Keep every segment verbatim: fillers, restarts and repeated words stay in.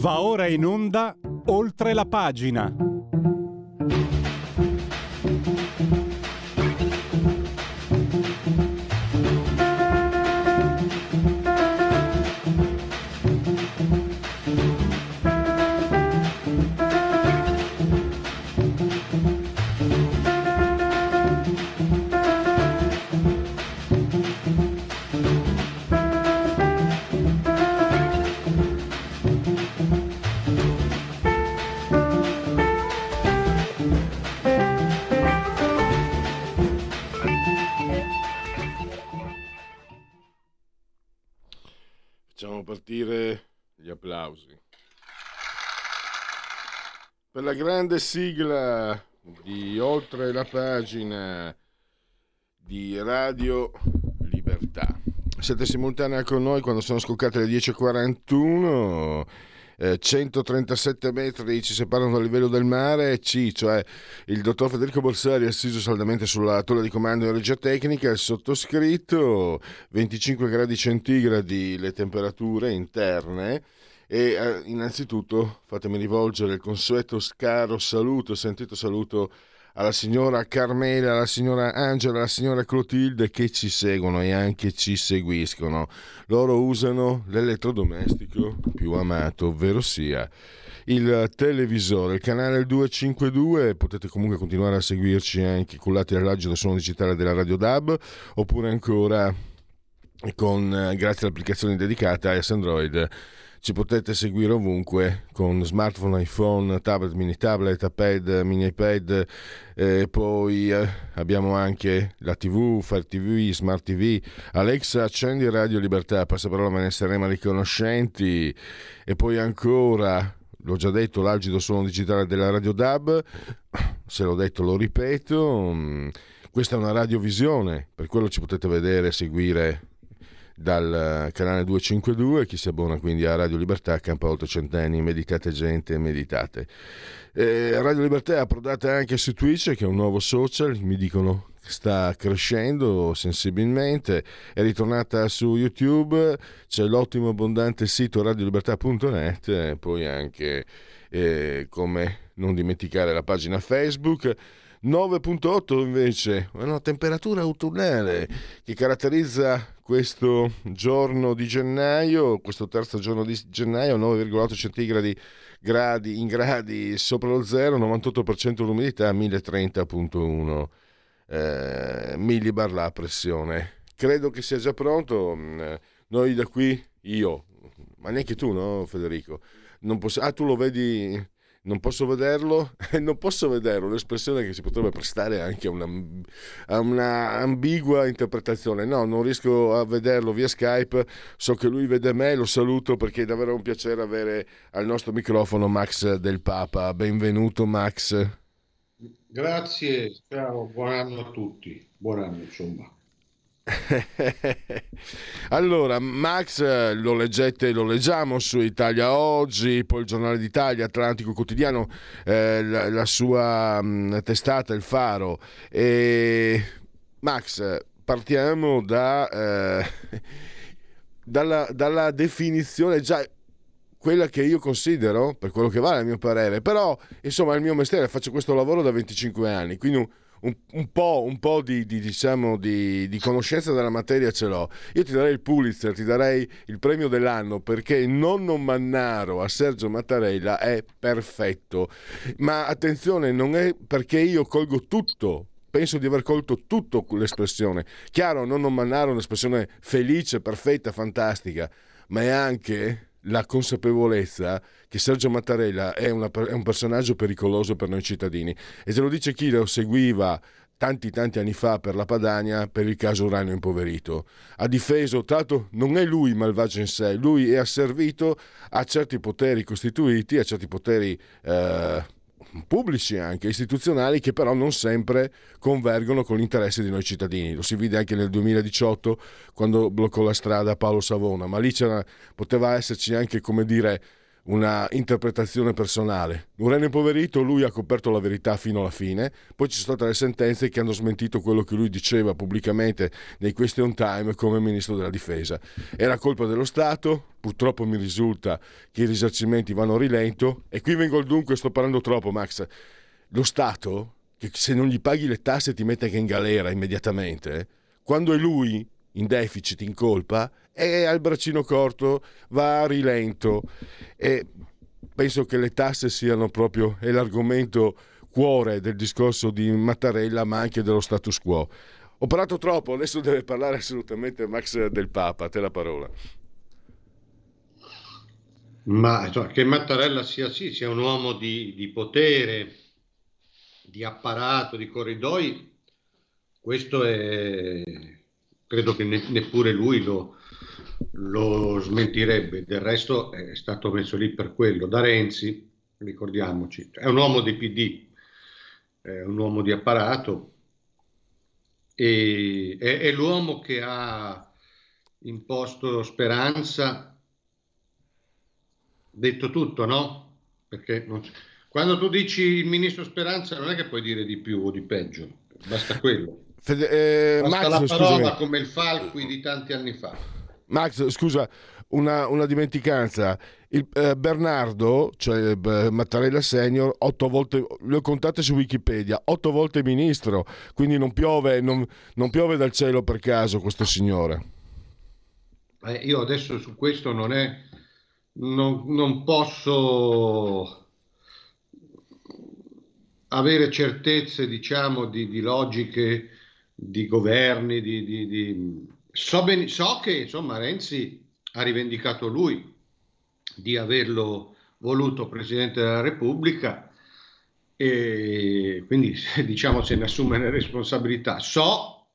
Va ora in onda Oltre la pagina. Facciamo partire gli applausi per la grande sigla di Oltre la pagina di Radio Libertà. Siete simultanea con noi quando sono scoccate le dieci e quarantuno, eh, centotrentasette metri ci separano dal livello del mare. C, cioè il dottor Federico Borsari assiso saldamente sulla tolla di comando in regia tecnica, il sottoscritto, venticinque gradi centigradi le temperature interne. E eh, innanzitutto fatemi rivolgere il consueto caro saluto, sentito saluto alla signora Carmela, alla signora Angela, alla signora Clotilde che ci seguono e anche ci seguiscono. Loro usano l'elettrodomestico più amato, ovvero sia il televisore, il canale duecentocinquantadue. Potete comunque continuare a seguirci anche cullati al raggio del suono digitale della Radio D A B, oppure ancora con grazie all'applicazione dedicata iOS Android. Ci potete seguire ovunque con smartphone, iPhone, tablet, mini tablet, iPad, mini iPad, eh, poi eh, abbiamo anche la tivù, Fire T V, Smart T V. Alexa, accendi Radio Libertà, passaparola, me ne saremo riconoscenti. E poi ancora, l'ho già detto, l'algido suono digitale della Radio D A B, se l'ho detto lo ripeto, questa è una radiovisione, per quello ci potete vedere e seguire dal canale duecentocinquantadue. Chi si abbona quindi a Radio Libertà campa oltre centenni. Meditate gente, meditate. eh, Radio Libertà è approdata anche su Twitch, che è un nuovo social, mi dicono che sta crescendo sensibilmente. È ritornata su YouTube, c'è l'ottimo abbondante sito radiolibertà punto net, e poi anche eh, come non dimenticare la pagina Facebook. nove virgola otto invece, una temperatura autunnale che caratterizza questo giorno di gennaio, questo terzo giorno di gennaio, nove virgola otto centigradi gradi, in gradi sopra lo zero, novantotto per cento l'umidità, mille trenta virgola uno eh, millibar la pressione. Credo che sia già pronto. Noi da qui, io, ma neanche tu, no Federico? Non posso, ah, tu lo vedi... Non posso vederlo, non posso vederlo, l'espressione che si potrebbe prestare anche a una, a una ambigua interpretazione. No, non riesco a vederlo via Skype, so che lui vede me, lo saluto perché è davvero un piacere avere al nostro microfono Max Del Papa. Benvenuto Max. Grazie, caro, buon anno a tutti, buon anno insomma. Allora Max lo leggete, lo leggiamo su Italia Oggi, poi il Giornale d'Italia, Atlantico Quotidiano, eh, la, la sua mh, testata Il Faro. E Max, partiamo da eh, dalla, dalla definizione già quella che io considero, per quello che vale a mio parere, però insomma è il mio mestiere, faccio questo lavoro da venticinque anni, quindi un Un, un po', un po' di, di, diciamo, di, di conoscenza della materia ce l'ho. Io ti darei il Pulitzer, ti darei il premio dell'anno, perché Nonno Mannaro a Sergio Mattarella è perfetto. Ma attenzione, non è perché io colgo tutto, penso di aver colto tutto l'espressione. Chiaro, Nonno Mannaro è un'espressione felice, perfetta, fantastica, ma è anche la consapevolezza che Sergio Mattarella è, una, è un personaggio pericoloso per noi cittadini, e se lo dice chi lo seguiva tanti tanti anni fa per la Padania, per il caso Uranio Impoverito. Ha difeso, tanto non è lui malvagio in sé, lui è asservito a certi poteri costituiti, a certi poteri eh, pubblici anche, istituzionali, che però non sempre convergono con gli interessi di noi cittadini. Lo si vide anche nel duemiladiciotto quando bloccò la strada a Paolo Savona, ma lì c'era, poteva esserci anche, come dire, una interpretazione personale. Uranio Impoverito, lui ha coperto la verità fino alla fine, poi ci sono state le sentenze che hanno smentito quello che lui diceva pubblicamente nei question time come ministro della difesa. Era colpa dello Stato, purtroppo mi risulta che i risarcimenti vanno a rilento. E qui vengo al dunque, sto parlando troppo, Max. Lo Stato, che se non gli paghi le tasse ti mette anche in galera immediatamente, eh, quando è lui in deficit, in colpa, è al braccino corto, va a rilento. E penso che le tasse siano proprio è l'argomento cuore del discorso di Mattarella, ma anche dello status quo. Ho parlato troppo, adesso deve parlare assolutamente Max Del Papa, a te la parola. Ma insomma, che Mattarella sia sì, sia un uomo di, di potere, di apparato, di corridoi, questo è, credo che ne, neppure lui lo, lo smentirebbe. Del resto è stato messo lì per quello, da Renzi, ricordiamoci. È un uomo del P D, è un uomo di apparato e è, è l'uomo che ha imposto Speranza. Detto tutto, no? Perché non c- quando tu dici il ministro Speranza non è che puoi dire di più o di peggio, basta quello. Fede- eh, Basta Max, la scusami. parola come il Falqui di tanti anni fa. Max, scusa, una, una dimenticanza. Il, eh, Bernardo, cioè eh, Mattarella Senior, otto volte, le ho contate su Wikipedia, otto volte ministro, quindi non piove, non, non piove dal cielo per caso questo signore. Eh, io adesso su questo non è, non, non posso avere certezze, diciamo, di, di logiche di governi, di, di- di- So, ben- so che insomma Renzi ha rivendicato lui di averlo voluto Presidente della Repubblica e quindi diciamo se ne assume le responsabilità. So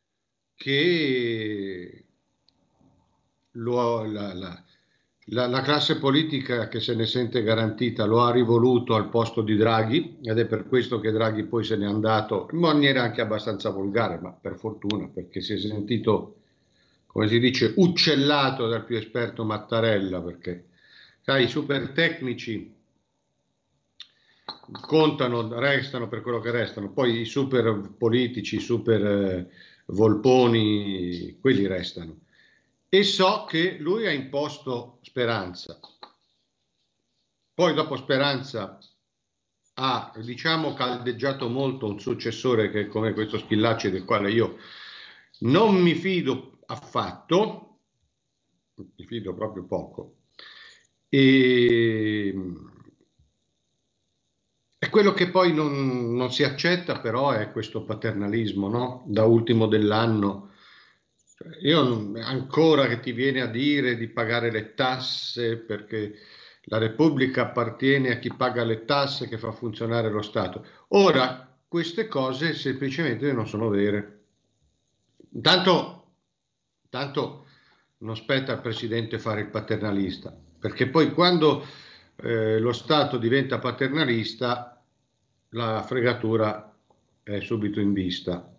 che lo- la, la- la- la classe politica che se ne sente garantita lo ha rivoluto al posto di Draghi ed è per questo che Draghi poi se n'è andato in maniera anche abbastanza volgare, ma per fortuna, perché si è sentito, come si dice, uccellato dal più esperto Mattarella, perché sai, i super tecnici contano, restano per quello che restano, poi i super politici, i super eh, volponi, quelli restano. E so che lui ha imposto Speranza. Poi dopo Speranza ha, diciamo, caldeggiato molto un successore che è come questo Schillaci, del quale io non mi fido affatto, mi fido proprio poco. E, e quello che poi non, non si accetta però è questo paternalismo, no? Da ultimo dell'anno. Cioè, io non- ancora che ti viene a dire di pagare le tasse perché la Repubblica appartiene a chi paga le tasse che fa funzionare lo Stato. Ora, queste cose semplicemente non sono vere. Intanto, intanto non spetta al Presidente fare il paternalista, perché poi quando eh, lo Stato diventa paternalista, la fregatura è subito in vista.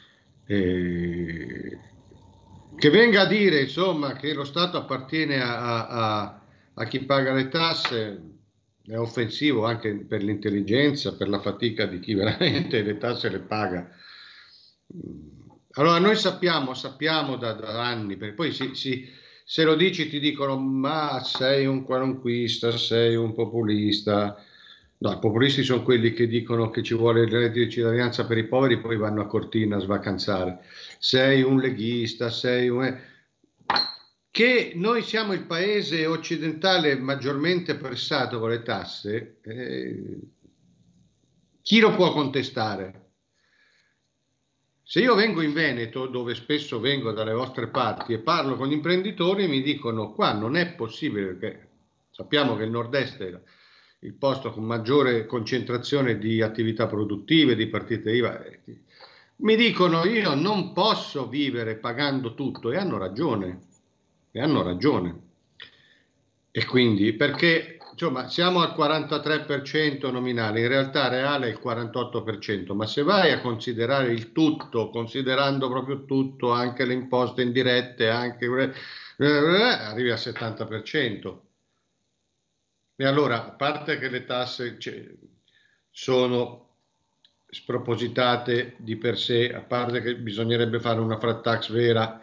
Eh, che venga a dire, insomma, che lo Stato appartiene a, a- a chi paga le tasse è offensivo anche per l'intelligenza, per la fatica di chi veramente le tasse le paga. Allora, noi sappiamo, sappiamo da, da anni, perché poi si, si- se lo dici ti dicono, ma sei un qualunquista, sei un populista. No, i populisti sono quelli che dicono che ci vuole il reddito di cittadinanza per i poveri, poi vanno a Cortina a svacanzare. Sei un leghista, sei un... Che noi siamo il paese occidentale maggiormente pressato con le tasse, eh, chi lo può contestare? Se io vengo in Veneto, dove spesso vengo dalle vostre parti e parlo con gli imprenditori, mi dicono qua non è possibile, perché sappiamo che il nord-est è il posto con maggiore concentrazione di attività produttive, di partite I V A. Mi dicono io non posso vivere pagando tutto e hanno ragione, e hanno ragione. E quindi perché insomma siamo al quarantatré per cento nominale, in realtà reale è il quarantotto per cento, ma se vai a considerare il tutto, considerando proprio tutto, anche le imposte indirette, anche eh, eh, arrivi al settanta per cento. E allora, a parte che le tasse cioè, sono spropositate di per sé, a parte che bisognerebbe fare una flat tax vera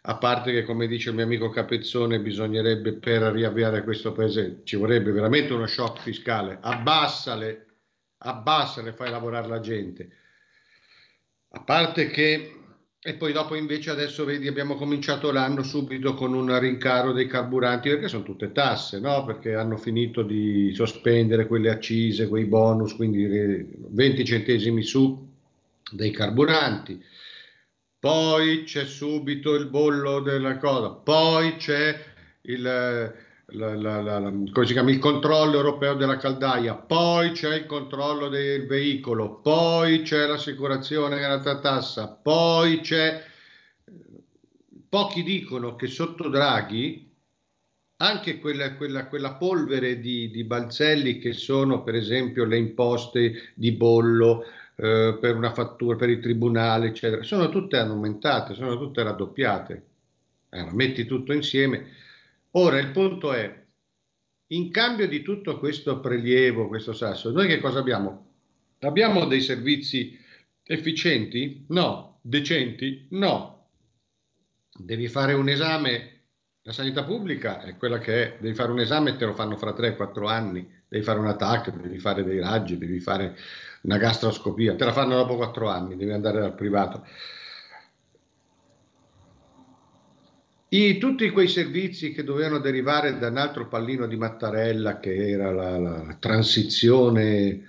a parte che, come dice il mio amico Capezzone, bisognerebbe, per riavviare questo paese, ci vorrebbe veramente uno shock fiscale. Abbassale, abbassale, fai lavorare la gente. A parte che, e poi dopo invece adesso vedi, abbiamo cominciato l'anno subito con un rincaro dei carburanti, perché sono tutte tasse, no? Perché hanno finito di sospendere quelle accise, quei bonus, quindi venti centesimi su dei carburanti. Poi c'è subito il bollo della cosa, poi c'è il, la, la, la, la, come si chiama, il controllo europeo della caldaia, poi c'è il controllo del veicolo, poi c'è l'assicurazione della tassa, poi c'è... Pochi dicono che sotto Draghi anche quella, quella, quella polvere di, di balzelli che sono per esempio le imposte di bollo, eh, per una fattura, per il tribunale, eccetera, sono tutte aumentate, sono tutte raddoppiate. Eh, metti tutto insieme. Ora il punto è, in cambio di tutto questo prelievo, questo sasso, noi che cosa abbiamo? Abbiamo dei servizi efficienti? No. Decenti? No. Devi fare un esame, la sanità pubblica è quella che è, devi fare un esame e te lo fanno fra tre quattro anni, devi fare una T A C, devi fare dei raggi, devi fare una gastroscopia, te la fanno dopo quattro anni, devi andare dal privato. I, tutti quei servizi che dovevano derivare da un altro pallino di Mattarella, che era la, la transizione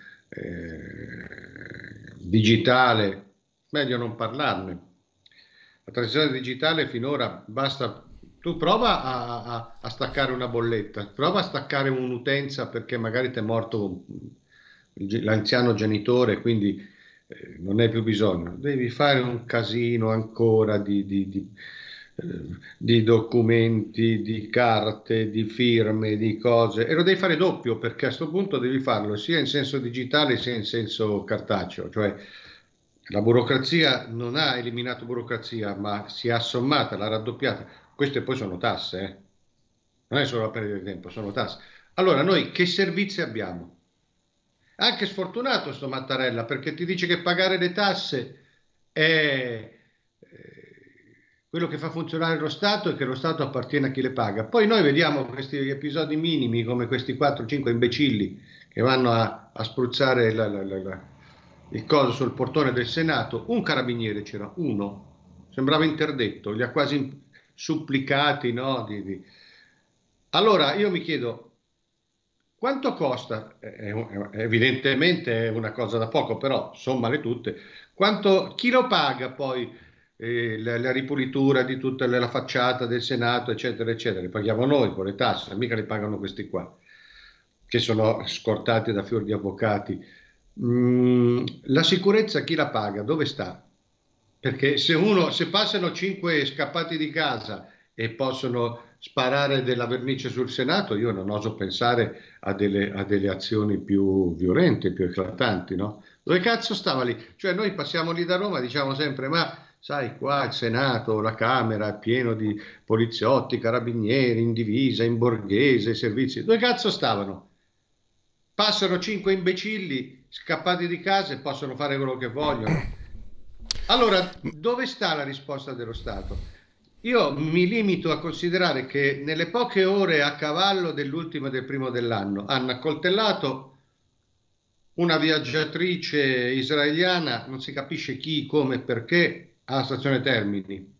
eh, digitale, meglio non parlarne. La transizione digitale finora basta, tu prova a, a, a staccare una bolletta, prova a staccare un'utenza perché magari ti è morto l'anziano genitore, quindi eh, non hai più bisogno, devi fare un casino ancora di, di, di, eh, di documenti, di carte, di firme, di cose, e lo devi fare doppio perché a questo punto devi farlo sia in senso digitale sia in senso cartaceo, cioè la burocrazia non ha eliminato burocrazia, ma si è assommata, l'ha raddoppiata. Queste poi sono tasse, eh? Non è solo la perdita di tempo, sono tasse. Allora, noi che servizi abbiamo? Anche sfortunato sto Mattarella, perché ti dice che pagare le tasse è quello che fa funzionare lo Stato e che lo Stato appartiene a chi le paga. Poi noi vediamo questi episodi minimi come questi quattro cinque imbecilli che vanno a, a spruzzare la, la, la, la, il coso sul portone del Senato. Un carabiniere c'era, uno, sembrava interdetto, li ha quasi supplicati, no? Di, di... Allora io mi chiedo, quanto costa? È, è, evidentemente è una cosa da poco, però sommale tutte. Quanto, chi lo paga poi eh, la, la ripulitura di tutta la facciata del Senato, eccetera, eccetera? Le paghiamo noi con le tasse, mica le pagano questi qua, che sono scortati da fior di avvocati. Mm, la sicurezza chi la paga? Dove sta? Perché se uno, se passano cinque scappati di casa e possono sparare della vernice sul Senato, io non oso pensare a delle, a delle azioni più violente, più eclatanti, no? Dove cazzo stava lì? Cioè noi passiamo lì da Roma, diciamo sempre, ma sai, qua il Senato, la Camera è pieno di poliziotti, carabinieri, in divisa, in borghese, servizi. Dove cazzo stavano? Passano cinque imbecilli scappati di casa e possono fare quello che vogliono. Allora, dove sta la risposta dello Stato? Io mi limito a considerare che nelle poche ore a cavallo dell'ultimo e del primo dell'anno hanno accoltellato una viaggiatrice israeliana, non si capisce chi, come e perché, alla stazione Termini,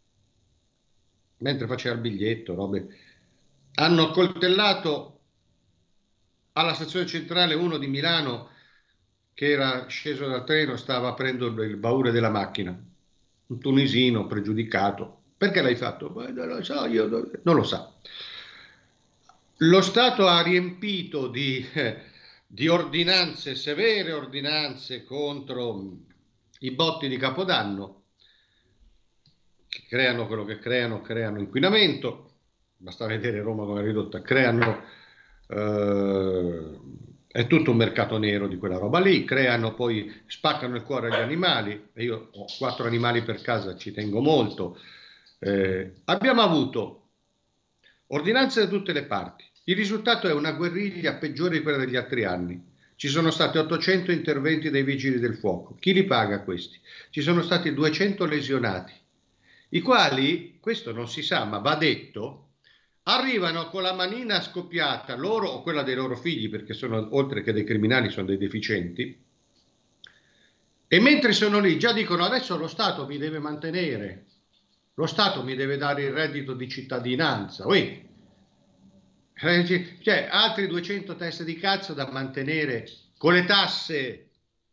mentre faceva il biglietto, robe. Hanno accoltellato alla stazione centrale uno di Milano che era sceso dal treno, stava aprendo il baule della macchina, un tunisino pregiudicato. Perché l'hai fatto? Beh, non lo so, io non lo sa. Lo Stato ha riempito di, eh, di ordinanze, severe ordinanze contro i botti di Capodanno, che creano quello che creano, creano inquinamento, basta vedere Roma come è ridotta, creano, eh, è tutto un mercato nero di quella roba lì, creano poi, spaccano il cuore agli animali, e io ho quattro animali per casa, ci tengo molto. Eh, abbiamo avuto ordinanze da tutte le parti. Il risultato è una guerriglia peggiore di quella degli altri anni. Ci sono stati ottocento interventi dei vigili del fuoco. Chi li paga questi? Ci sono stati duecento lesionati. i quali, questo non si sa, ma va detto, arrivano con la manina scoppiata, loro o quella dei loro figli, perché sono, oltre che dei criminali, sono dei deficienti, e mentre sono lì già dicono adesso lo Stato mi deve mantenere, lo Stato mi deve dare il reddito di cittadinanza, Ui. Cioè altri duecento teste di cazzo da mantenere con le tasse.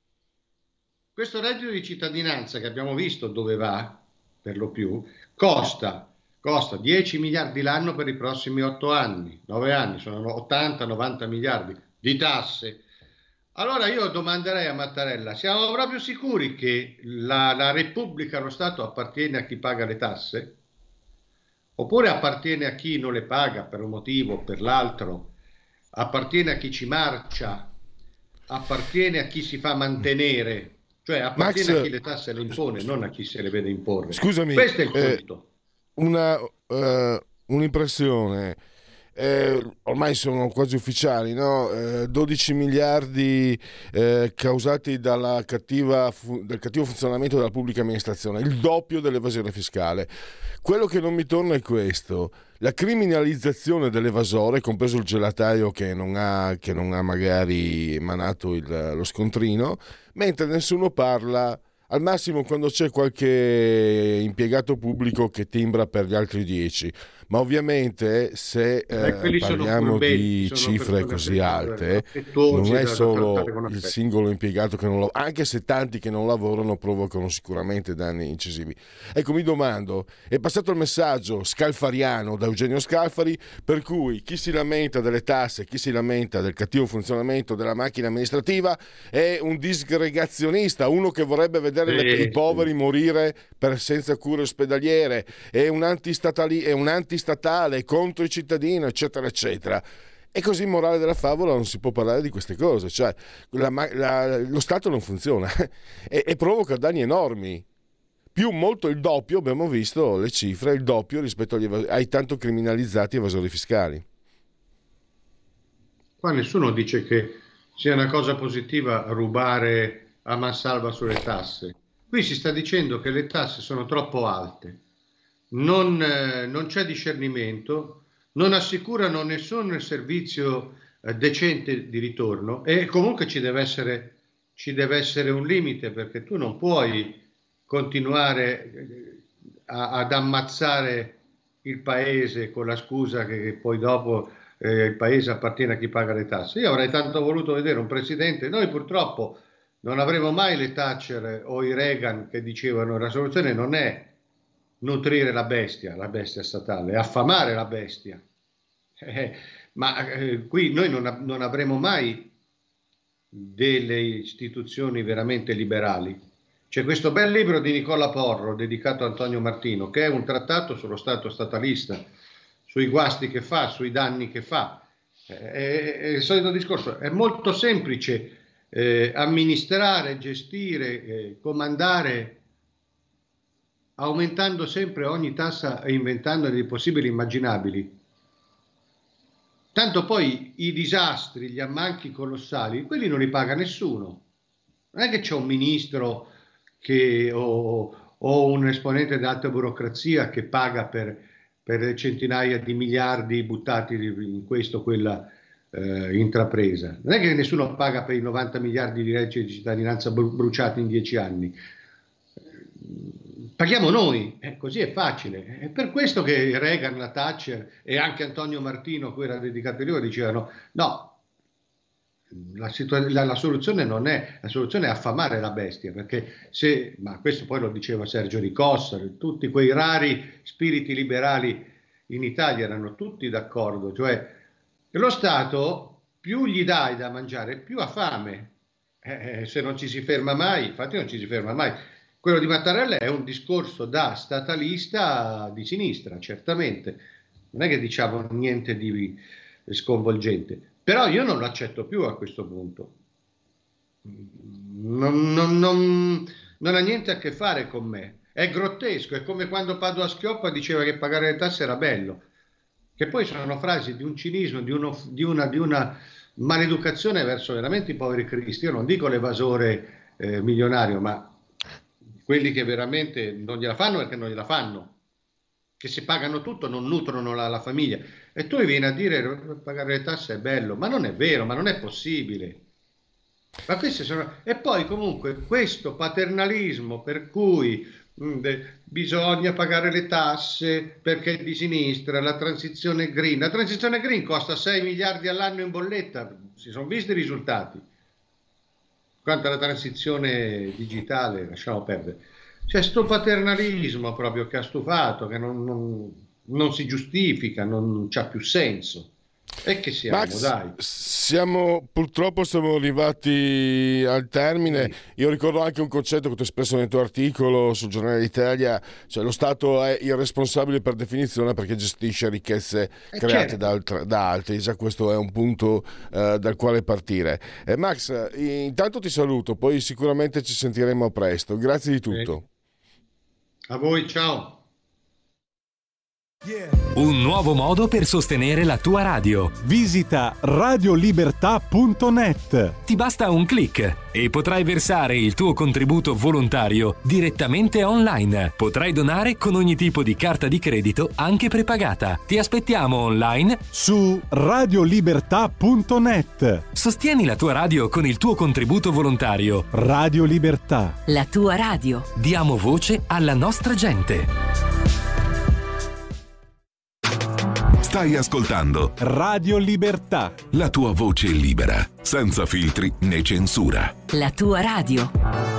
Questo reddito di cittadinanza che abbiamo visto dove va, per lo più, costa, costa dieci miliardi l'anno per i prossimi otto anni, nove anni, sono ottanta novanta miliardi di tasse. Allora io domanderei a Mattarella, siamo proprio sicuri che la, la Repubblica, lo Stato appartiene a chi paga le tasse? Oppure appartiene a chi non le paga per un motivo o per l'altro? Appartiene a chi ci marcia? Appartiene a chi si fa mantenere? Cioè appartiene Max, a chi le tasse le impone, non a chi se le vede imporre. Scusami, questo è il punto. Eh, una, uh, un'impressione. Eh, ormai sono quasi ufficiali, no? Eh, dodici miliardi eh, causati dalla cattiva fu- dal cattivo funzionamento della pubblica amministrazione, il doppio dell'evasione fiscale. Quello che non mi torna è questo: la criminalizzazione dell'evasore, compreso il gelataio che non ha, che non ha magari emanato il, lo scontrino, mentre nessuno parla. Al massimo quando c'è qualche impiegato pubblico che timbra per gli altri dieci, ma ovviamente se eh, parliamo di cifre così alte non è solo il singolo impiegato che non lavora, anche se tanti che non lavorano provocano sicuramente danni incisivi. Ecco, mi domando, è passato il messaggio scalfariano da Eugenio Scalfari, per cui chi si lamenta delle tasse, chi si lamenta del cattivo funzionamento della macchina amministrativa è un disgregazionista, uno che vorrebbe vedere Le, i poveri morire per senza cure ospedaliere, è un antistatali, è un antistatale contro i cittadini, eccetera eccetera. E così, morale della favola, non si può parlare di queste cose, cioè la, la, lo Stato non funziona e, e provoca danni enormi, più molto il doppio, abbiamo visto le cifre, il doppio rispetto agli evas- ai tanto criminalizzati evasori fiscali. Qua nessuno dice che sia una cosa positiva rubare a mansalva sulle tasse. Qui si sta dicendo che le tasse sono troppo alte, non, eh, non c'è discernimento, non assicurano nessun servizio eh, decente di ritorno e comunque ci deve essere, ci deve essere un limite, perché tu non puoi continuare a, ad ammazzare il paese con la scusa che, che poi dopo eh, il paese appartiene a chi paga le tasse. Io avrei tanto voluto vedere un presidente, noi purtroppo non avremo mai le Thatcher o i Reagan che dicevano la soluzione non è nutrire la bestia, la bestia statale, è affamare la bestia. Eh, ma eh, qui noi non, non avremo mai delle istituzioni veramente liberali. C'è questo bel libro di Nicola Porro dedicato a Antonio Martino, che è un trattato sullo Stato statalista, sui guasti che fa, sui danni che fa. Eh, è, è il solito discorso, è molto semplice Eh, amministrare, gestire, eh, comandare, aumentando sempre ogni tassa e inventando dei possibili immaginabili. Tanto poi i disastri, gli ammanchi colossali, quelli non li paga nessuno. Non è che c'è un ministro che, o, o un esponente dell'alta burocrazia che paga per, per centinaia di miliardi buttati in questo o quella Eh, intrapresa. Non è che nessuno paga per i novanta miliardi di reddito di cittadinanza bru- bruciati in dieci anni. Paghiamo noi, eh, così è facile. È per questo che Reagan, la Thatcher e anche Antonio Martino, a cui era dedicato il libro, dicevano no, la, situa- la, la soluzione non è, la soluzione è affamare la bestia, perché se, ma questo poi lo diceva Sergio Ricossa, tutti quei rari spiriti liberali in Italia erano tutti d'accordo, cioè lo Stato più gli dai da mangiare, più ha fame. Eh, se non ci si ferma mai, infatti non ci si ferma mai. Quello di Mattarella è un discorso da statalista di sinistra, certamente. Non è che diciamo niente di sconvolgente. Però io non lo accetto più a questo punto. Non, non, non, non ha niente a che fare con me. È grottesco, è come quando Padoa-Schioppa diceva che pagare le tasse era bello. Che poi sono frasi di un cinismo, di, uno, di, una, di una maleducazione verso veramente i poveri cristi. Io non dico l'evasore eh, milionario, ma quelli che veramente non gliela fanno perché non gliela fanno, che se pagano tutto non nutrono la, la famiglia. E tu vieni a dire pagare le tasse è bello, ma non è vero, ma non è possibile. Ma queste sono... E poi comunque questo paternalismo per cui mh, de, bisogna pagare le tasse perché è di sinistra, la transizione green, la transizione green costa sei miliardi all'anno in bolletta, si sono visti i risultati. Quanto alla transizione digitale, lasciamo perdere. C'è sto paternalismo proprio che ha stufato, che non, non, non si giustifica, non c'ha più senso. E che siamo, Max, dai. Siamo, purtroppo siamo arrivati al termine. Sì. Io ricordo anche un concetto che tu hai espresso nel tuo articolo sul Giornale d'Italia, cioè lo Stato è irresponsabile per definizione perché gestisce ricchezze Eh, create certo. da, altra, da altri. Già questo è un punto eh, dal quale partire. Eh, Max, intanto ti saluto, poi sicuramente ci sentiremo presto. Grazie di tutto. A voi, ciao. Un nuovo modo per sostenere la tua radio. Visita radiolibertà punto net. Ti basta un click e potrai versare il tuo contributo volontario direttamente online. Potrai donare con ogni tipo di carta di credito, anche prepagata. Ti aspettiamo online su radiolibertà punto net. Sostieni la tua radio con il tuo contributo volontario. Radio Libertà. La tua radio. Diamo voce alla nostra gente. Stai ascoltando Radio Libertà. la tua voce libera, senza filtri né censura. La tua radio.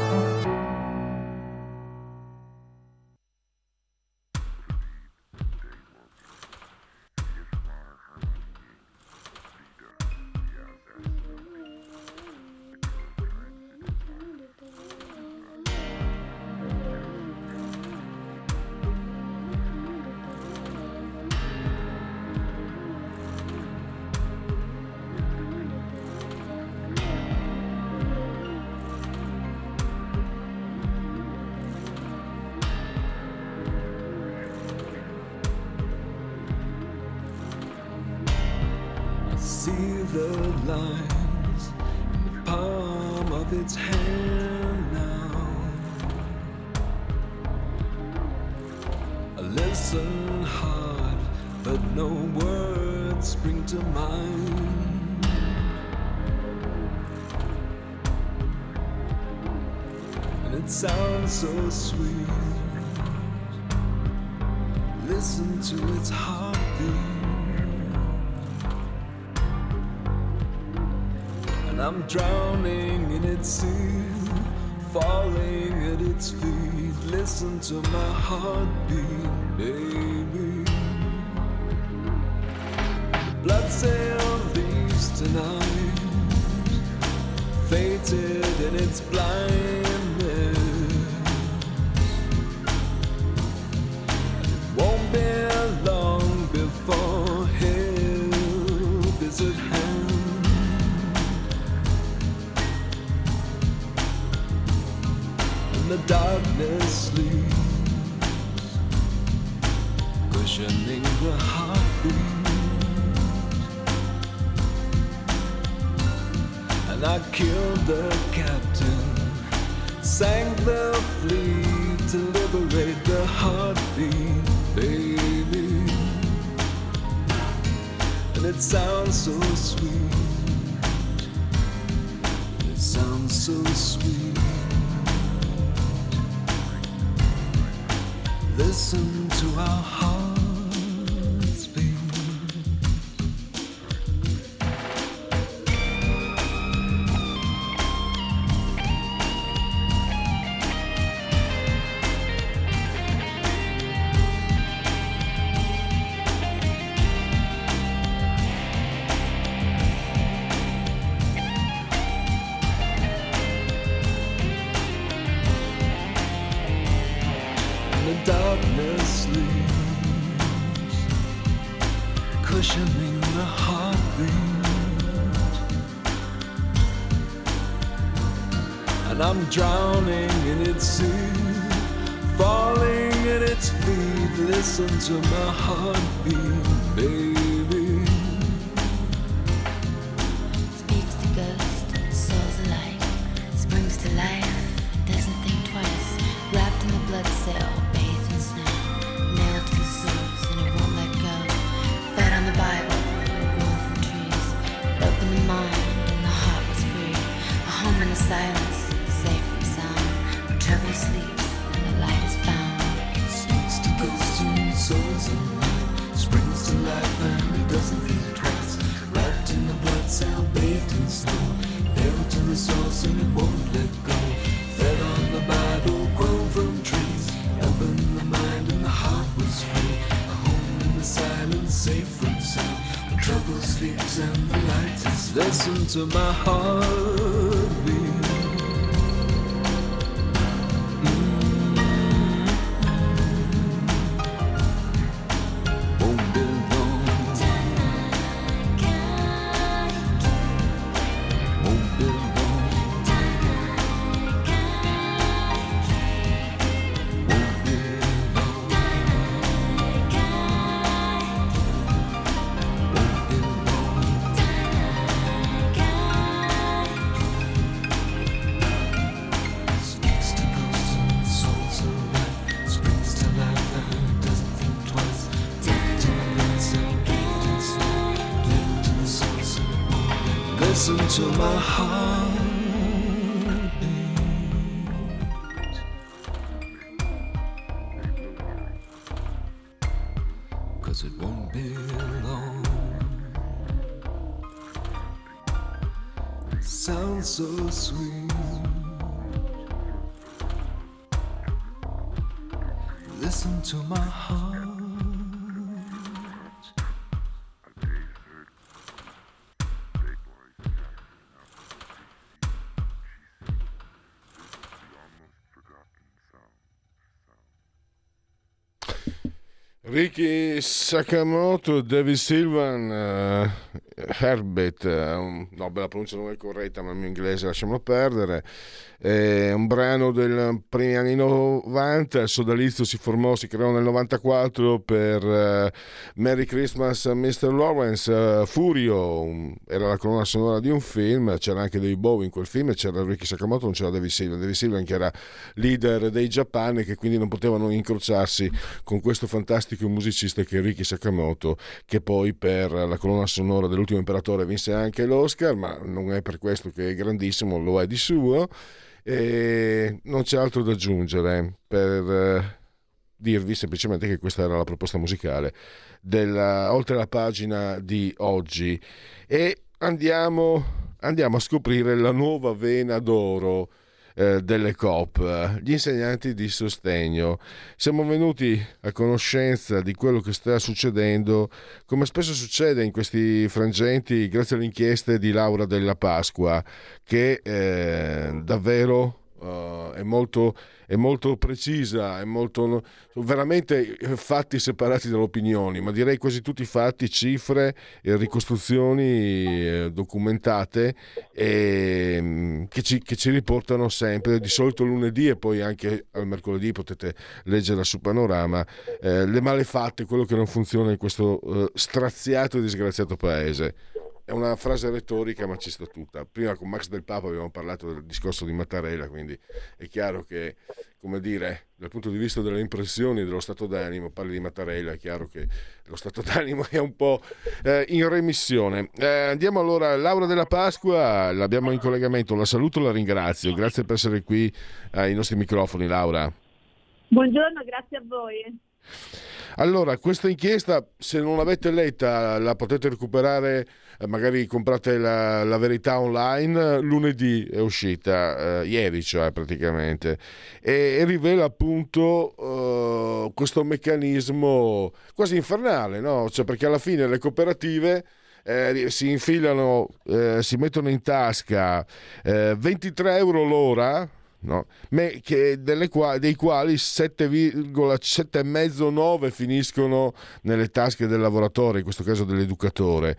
See the lines in the palm of its hand now. I listen hard, but no words spring to mind. And it sounds so sweet. Listen to its heartbeat. I'm drowning in its sea, falling at its feet. Listen to my heartbeat, baby. The blood cell leaves tonight, fated in its blindness. It won't be long before help is at hand. The darkness sleeps, cushioning the heartbeat. And I killed the captain, sank the fleet to liberate the heartbeat, baby. And it sounds so sweet, it sounds so sweet. Listen to our hearts beat. Darkness sleeps, cushioning the heartbeat. And I'm drowning in its sea, falling at its feet. Listen to my heartbeat, baby. Speaks to ghosts, souls alike, springs to life, doesn't think twice. Grab trouble sleeps and the light is. Listen to my heartbeat. Listen to my heartbeat. 'Cause it won't be long. It sounds so sweet. Listen to my heart. Ricky Sakamoto, David Sylvian, uh, Herbert, uh, no, beh, la pronuncia non è corretta, ma il mio inglese lasciamolo perdere. È un brano dei primi anni novanta. Il sodalizio si formò, si creò nel novantaquattro per uh, Merry Christmas mister Lawrence. uh, Furio um, era la colonna sonora di un film, c'era anche David Bowie in quel film e c'era Ricky Sakamoto, non c'era David Sylvian. David Sylvian che era leader dei Japan e che quindi non potevano incrociarsi con questo fantastico musicista che è Ricky Sakamoto, che poi per la colonna sonora dell'Ultimo Imperatore vinse anche l'Oscar, ma non è per questo che è grandissimo, lo è di suo. E non c'è altro da aggiungere per eh, dirvi semplicemente che questa era la proposta musicale della, oltre la pagina di oggi, e andiamo, andiamo a scoprire la nuova vena d'oro eh, delle Coop, gli insegnanti di sostegno. Siamo venuti a conoscenza di quello che sta succedendo, come spesso succede in questi frangenti, grazie alle inchieste di Laura Della Pasqua, che eh, davvero uh, è molto è molto precisa, è molto veramente fatti separati dalle opinioni, ma direi quasi tutti fatti, cifre e ricostruzioni eh, documentate e, che, ci, che ci riportano sempre, di solito lunedì e poi anche al mercoledì potete leggere su Panorama, eh, le malefatte, quello che non funziona in questo eh, straziato e disgraziato paese. È una frase retorica, ma ci sta tutta. Prima con Max Del Papa abbiamo parlato del discorso di Mattarella, quindi è chiaro che, come dire, dal punto di vista delle impressioni, dello stato d'animo, parli di Mattarella, è chiaro che lo stato d'animo è un po' eh, in remissione. Eh, andiamo allora a Laura Della Pasqua, l'abbiamo in collegamento, la saluto, la ringrazio. Grazie per essere qui ai nostri microfoni, Laura. Buongiorno, grazie a voi. Allora, questa inchiesta, se non l'avete letta, la potete recuperare, magari comprate la, la Verità online, lunedì è uscita, eh, ieri cioè praticamente, e, e rivela appunto uh, questo meccanismo quasi infernale, no? Cioè, perché alla fine le cooperative eh, si infilano, eh, si mettono in tasca eh, ventitré euro l'ora, no, che delle qua, dei quali sette virgola nove finiscono nelle tasche del lavoratore, in questo caso dell'educatore.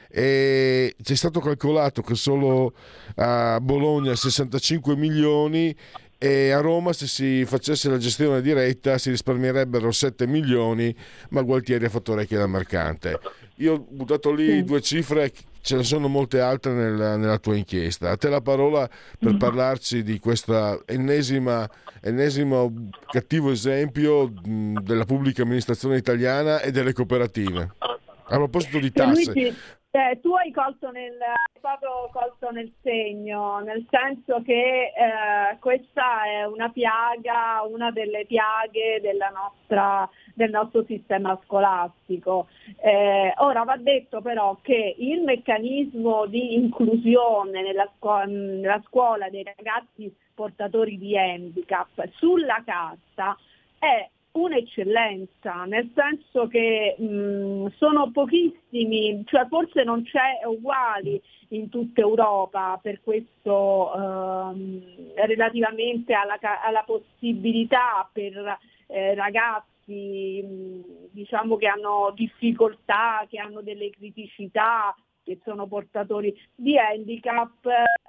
E c'è stato calcolato che solo a Bologna sessantacinque milioni e a Roma, se si facesse la gestione diretta, si risparmierebbero sette milioni, ma Gualtieri ha fatto orecchie da mercante. Io ho buttato lì due cifre, ce ne sono molte altre nella, nella tua inchiesta. A te la parola per parlarci di questa ennesima, ennesimo cattivo esempio mh, della pubblica amministrazione italiana e delle cooperative. A proposito di tasse. Luigi, eh, tu hai colto nel, hai proprio colto nel segno, nel senso che eh, questa è una piaga, una delle piaghe della nostra, del nostro sistema scolastico. Eh, ora va detto però che il meccanismo di inclusione nella, scu- nella scuola dei ragazzi portatori di handicap sulla carta è un'eccellenza, nel senso che mh, sono pochissimi, cioè forse non c'è uguali in tutta Europa per questo ehm, relativamente alla, alla possibilità per eh, ragazzi mh, diciamo che hanno difficoltà, che hanno delle criticità, che sono portatori di handicap,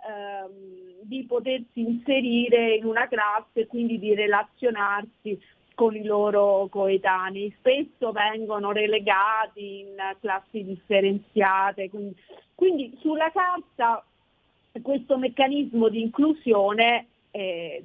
ehm, di potersi inserire in una classe e quindi di relazionarsi con i loro coetanei. Spesso vengono relegati in classi differenziate, quindi, quindi sulla carta questo meccanismo di inclusione è,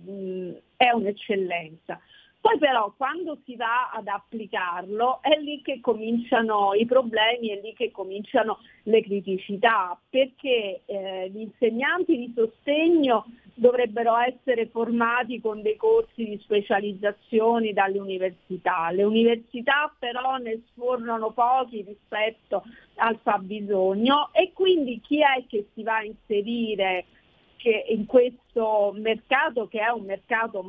è un'eccellenza. Poi però quando si va ad applicarlo è lì che cominciano i problemi, è lì che cominciano le criticità, perché eh, gli insegnanti di sostegno dovrebbero essere formati con dei corsi di specializzazione dalle università. Le università però ne sfornano pochi rispetto al fabbisogno e quindi chi è che si va a inserire che in questo mercato, che è un mercato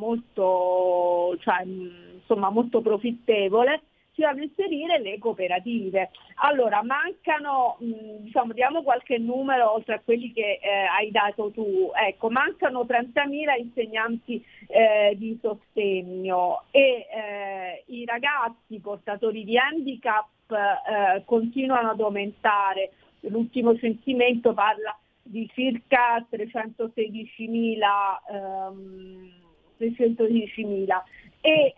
molto, cioè, insomma, molto profittevole, si vanno a inserire le cooperative. Allora mancano, diciamo, diamo qualche numero oltre a quelli che eh, hai dato tu, ecco, mancano trentamila insegnanti eh, di sostegno e eh, i ragazzi portatori di handicap eh, continuano ad aumentare. L'ultimo censimento parla di circa trecentosedicimila ehm, trecentosedicimila e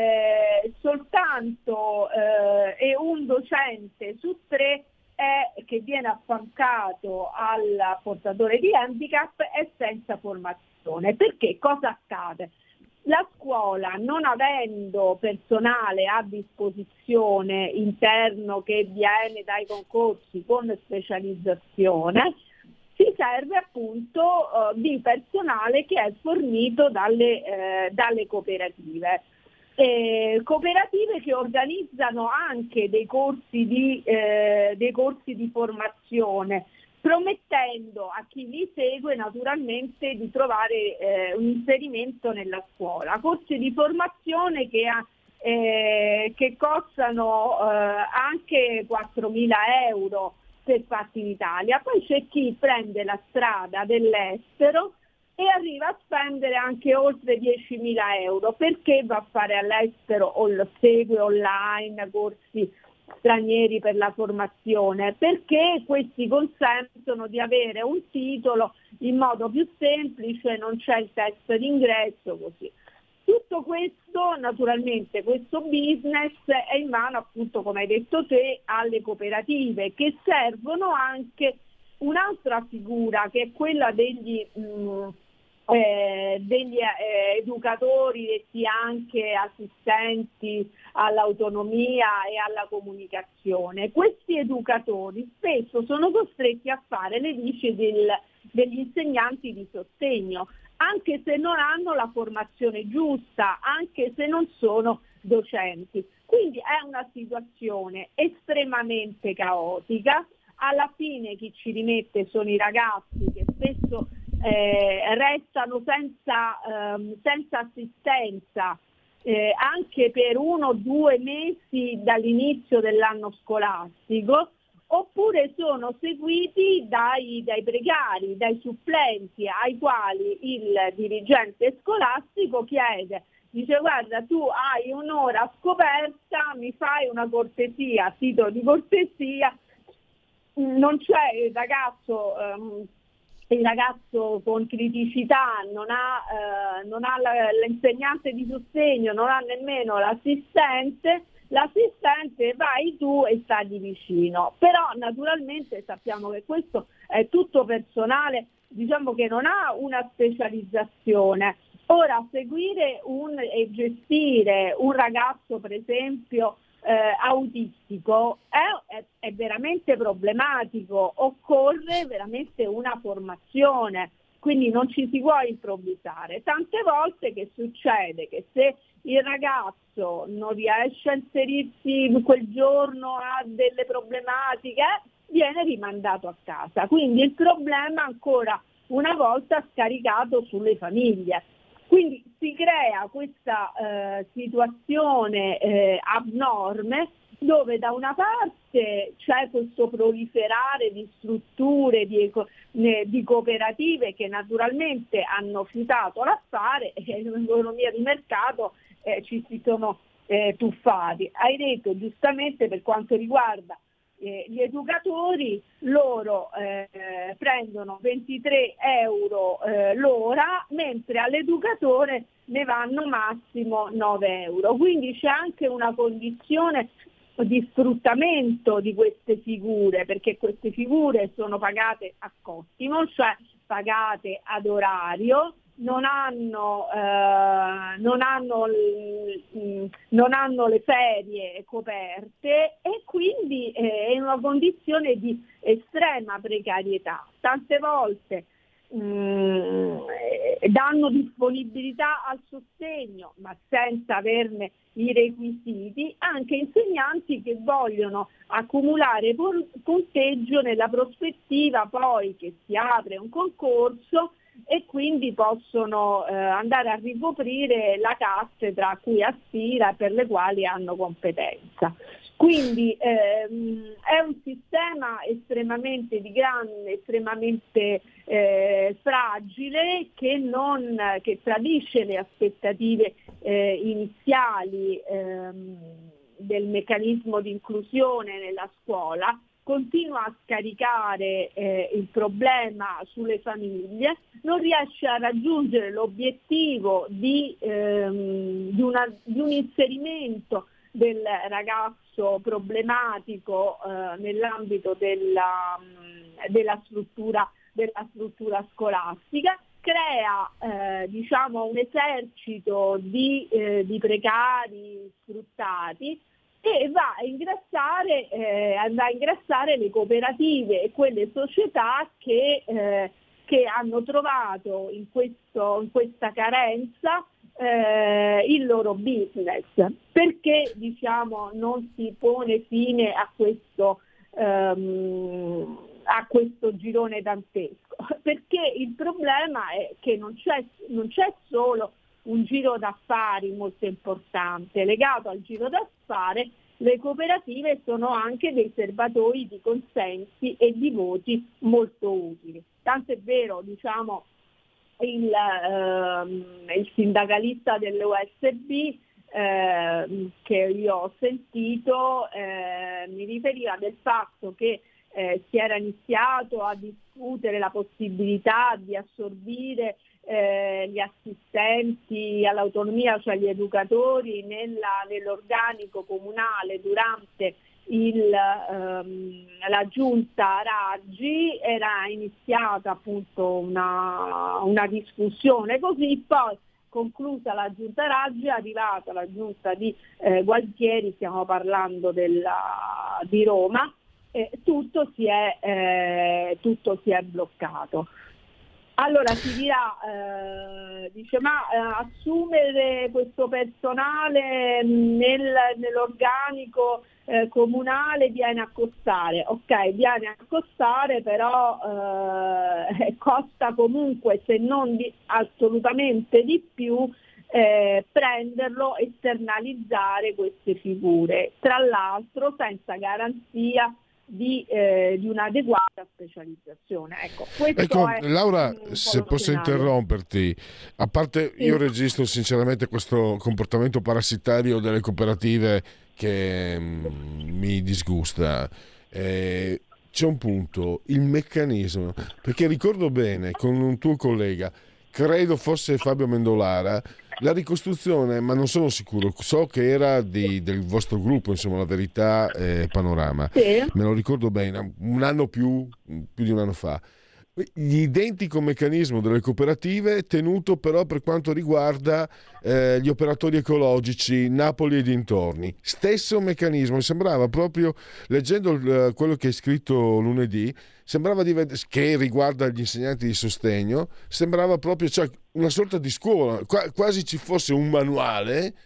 eh, soltanto eh, e un docente su tre è, che viene affiancato al portatore di handicap è senza formazione. Perché cosa accade? La scuola, non avendo personale a disposizione interno che viene dai concorsi con specializzazione, si serve appunto uh, di personale che è fornito dalle, eh, dalle cooperative. Eh, cooperative che organizzano anche dei corsi di, eh, dei corsi di formazione, promettendo a chi li segue naturalmente di trovare eh, un inserimento nella scuola. Corsi di formazione che, ha, eh, che costano eh, anche quattromila euro per fatti in Italia. Poi c'è chi prende la strada dell'estero e arriva a spendere anche oltre diecimila euro. Perché va a fare all'estero o lo segue online corsi stranieri per la formazione? Perché questi consentono di avere un titolo in modo più semplice, non c'è il test d'ingresso, così. Tutto questo, naturalmente, questo business è in mano, appunto, come hai detto te, alle cooperative, che servono anche un'altra figura, che è quella degli, mh, eh, degli eh, educatori, detti anche assistenti all'autonomia e alla comunicazione. Questi educatori spesso sono costretti a fare le vici del, degli insegnanti di sostegno, anche se non hanno la formazione giusta, anche se non sono docenti. Quindi è una situazione estremamente caotica. Alla fine chi ci rimette sono i ragazzi, che spesso eh, restano senza, ehm, senza assistenza eh, anche per uno o due mesi dall'inizio dell'anno scolastico, oppure sono seguiti dai, dai precari, dai supplenti, ai quali il dirigente scolastico chiede, dice: guarda, tu hai un'ora scoperta, mi fai una cortesia, a titolo di cortesia. Non c'è il ragazzo, ehm, il ragazzo con criticità, non ha, eh, non ha la, l'insegnante di sostegno, non ha nemmeno l'assistente. L'assistente vai tu e stagli vicino, però naturalmente sappiamo che questo è tutto personale, diciamo, che non ha una specializzazione. Ora, seguire un, e gestire un ragazzo, per esempio, eh, autistico è, è, è veramente problematico, occorre veramente una formazione, quindi non ci si può improvvisare. Tante volte che succede che se il ragazzo non riesce a inserirsi quel giorno, ha delle problematiche, viene rimandato a casa. Quindi il problema ancora una volta scaricato sulle famiglie. Quindi si crea questa eh, situazione eh, abnorme dove da una parte c'è questo proliferare di strutture, di, eco, ne, di cooperative che naturalmente hanno fiutato l'affare e nell'economia di mercato eh, ci si sono eh, tuffati. Hai detto giustamente, per quanto riguarda eh, gli educatori, loro eh, prendono ventitré euro eh, l'ora, mentre all'educatore ne vanno massimo nove euro. Quindi c'è anche una condizione di sfruttamento di queste figure, perché queste figure sono pagate a cottimo, cioè pagate ad orario, non hanno, eh, non hanno, mh, non hanno le ferie coperte e quindi eh, è una condizione di estrema precarietà. Tante volte mh, danno disponibilità al sostegno, ma senza averne i requisiti, anche insegnanti che vogliono accumulare punteggio nella prospettiva poi che si apre un concorso e quindi possono eh, andare a ricoprire la cattedra a cui aspira e per le quali hanno competenza. Quindi ehm, è un sistema estremamente di grande, estremamente eh, fragile che, non, che tradisce le aspettative eh, iniziali ehm, del meccanismo di inclusione nella scuola, continua a scaricare eh, il problema sulle famiglie, non riesce a raggiungere l'obiettivo di, ehm, di, una, di un inserimento del ragazzo problematico eh, nell'ambito della, della, struttura, della struttura scolastica, crea eh, diciamo un esercito di, eh, di precari sfruttati e va a ingrassare, eh, va a ingrassare le cooperative e quelle società che, eh, che hanno trovato in, questo, in questa carenza eh, il loro business. Perché diciamo non si pone fine a questo, ehm, a questo girone dantesco? Perché il problema è che non c'è, non c'è solo un giro d'affari molto importante. Legato al giro d'affari, le cooperative sono anche dei serbatoi di consensi e di voti molto utili. Tanto è vero, diciamo, il, ehm, il sindacalista dell'U S B eh, che io ho sentito eh, mi riferiva del fatto che eh, si era iniziato a discutere la possibilità di assorbire Eh, gli assistenti all'autonomia, cioè gli educatori, nella, nell'organico comunale durante il, ehm, la giunta Raggi. Era iniziata appunto una, una discussione così, poi conclusa la giunta Raggi è arrivata la giunta di eh, Gualtieri, stiamo parlando della, di Roma, e tutto si è, eh, tutto si è bloccato. Allora si dirà, eh, dice, ma eh, assumere questo personale nel, nell'organico eh, comunale viene a costare. Ok, viene a costare, però eh, costa comunque, se non di, assolutamente di più, eh, prenderlo, esternalizzare queste figure, tra l'altro senza garanzia di, eh, di un'adeguata specializzazione. Ecco, questo ecco è Laura, un, un se posso interromperti, a parte sì. Io registro sinceramente questo comportamento parassitario delle cooperative che mh, mi disgusta. Eh, c'è un punto, il meccanismo, perché ricordo bene con un tuo collega, credo fosse Fabio Mendolara, la ricostruzione, ma non sono sicuro, so che era di, del vostro gruppo, insomma, La Verità eh, Panorama, sì. Me lo ricordo bene, un anno più, più di un anno fa. L'identico meccanismo delle cooperative tenuto però per quanto riguarda eh, gli operatori ecologici, Napoli e dintorni. Stesso meccanismo, mi sembrava proprio, leggendo eh, quello che hai scritto lunedì, sembrava di, che riguarda gli insegnanti di sostegno, sembrava proprio, cioè, una sorta di scuola, qua, quasi ci fosse un manuale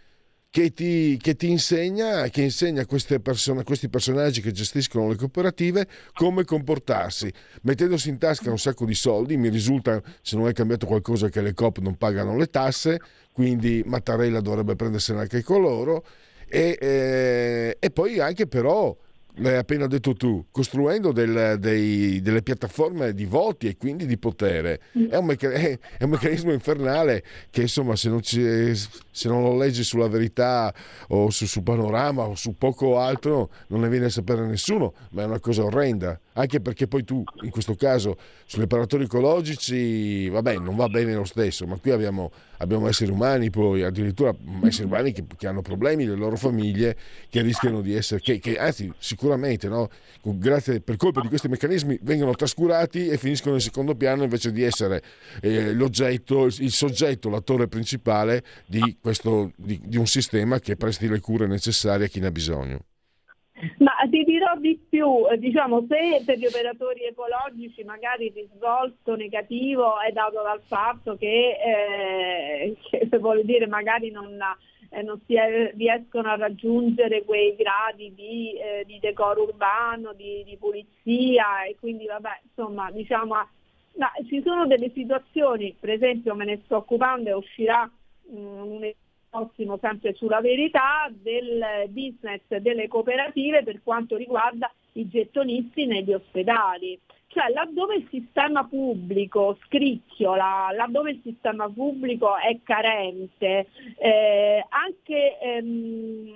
che ti, che ti insegna, che insegna a queste persone, a questi personaggi che gestiscono le cooperative come comportarsi, mettendosi in tasca un sacco di soldi. Mi risulta, se non è cambiato qualcosa, che le coop non pagano le tasse, quindi Mattarella dovrebbe prendersene anche con loro, e, eh, e poi anche però, l'hai appena detto tu, costruendo del, dei, delle piattaforme di voti e quindi di potere. È un, mecca- è un meccanismo infernale che, insomma, se non, ci, se non lo leggi sulla Verità o su, su Panorama o su poco altro, non ne viene a sapere nessuno, ma è una cosa orrenda. Anche perché poi tu, in questo caso, sulle preparatori ecologici, vabbè, non va bene lo stesso, ma qui abbiamo, abbiamo esseri umani, poi addirittura esseri umani che, che hanno problemi, le loro famiglie, che rischiano di essere, che, che anzi sicuramente, no, grazie, per colpa di questi meccanismi, vengono trascurati e finiscono in secondo piano, invece di essere eh, l'oggetto, il soggetto, l'attore principale di, questo, di, di un sistema che presti le cure necessarie a chi ne ha bisogno. Ma ti dirò di più, diciamo, se per gli operatori ecologici magari il risvolto negativo è dato dal fatto che, eh, che vuol dire magari non, eh, non si è, riescono a raggiungere quei gradi di, eh, di decoro urbano, di, di pulizia, e quindi vabbè, insomma, diciamo, ma ci sono delle situazioni, per esempio me ne sto occupando e uscirà mh, un prossimo sempre sulla Verità, del business delle cooperative per quanto riguarda i gettonisti negli ospedali. Cioè, laddove il sistema pubblico scricchiola, laddove il sistema pubblico è carente, eh, anche ehm,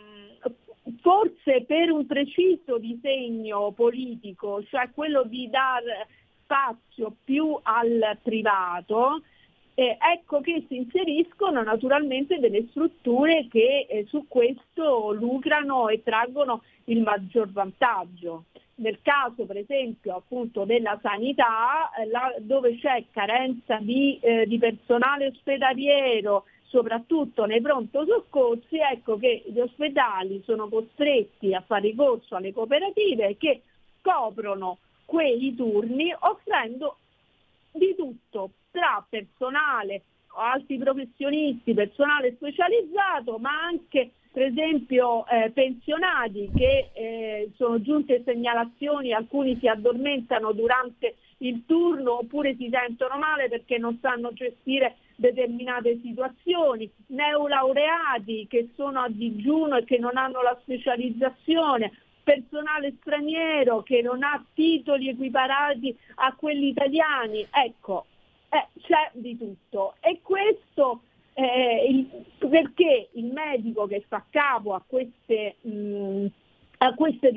forse per un preciso disegno politico, cioè quello di dar spazio più al privato, Eh, ecco che si inseriscono naturalmente delle strutture che eh, su questo lucrano e traggono il maggior vantaggio. Nel caso per esempio appunto della sanità, eh, là dove c'è carenza di, eh, di personale ospedaliero, soprattutto nei pronto soccorsi, ecco che gli ospedali sono costretti a fare ricorso alle cooperative che coprono quei turni offrendo di tutto, tra personale, alti professionisti, personale specializzato, ma anche per esempio eh, pensionati che eh, sono giunte segnalazioni, alcuni si addormentano durante il turno oppure si sentono male perché non sanno gestire determinate situazioni, neolaureati che sono a digiuno e che non hanno la specializzazione, personale straniero che non ha titoli equiparati a quelli italiani. Ecco, eh, c'è di tutto, e questo eh, il, perché il medico che fa capo a queste mh, a queste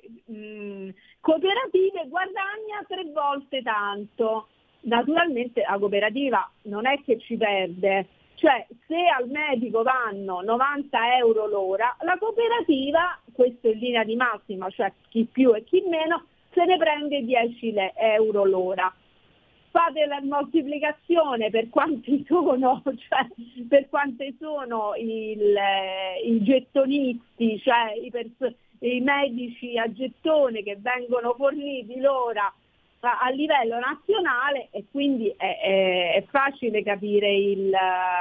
mh, cooperative guadagna tre volte tanto. Naturalmente la cooperativa non è che ci perde, cioè se al medico vanno novanta euro l'ora, la cooperativa, questo in linea di massima, cioè chi più e chi meno, se ne prende dieci euro l'ora. Fate la moltiplicazione per quanti sono, cioè per quante sono il, i gettonisti, cioè i, pers- i medici a gettone che vengono forniti l'ora a livello nazionale, e quindi è, è, è facile capire il,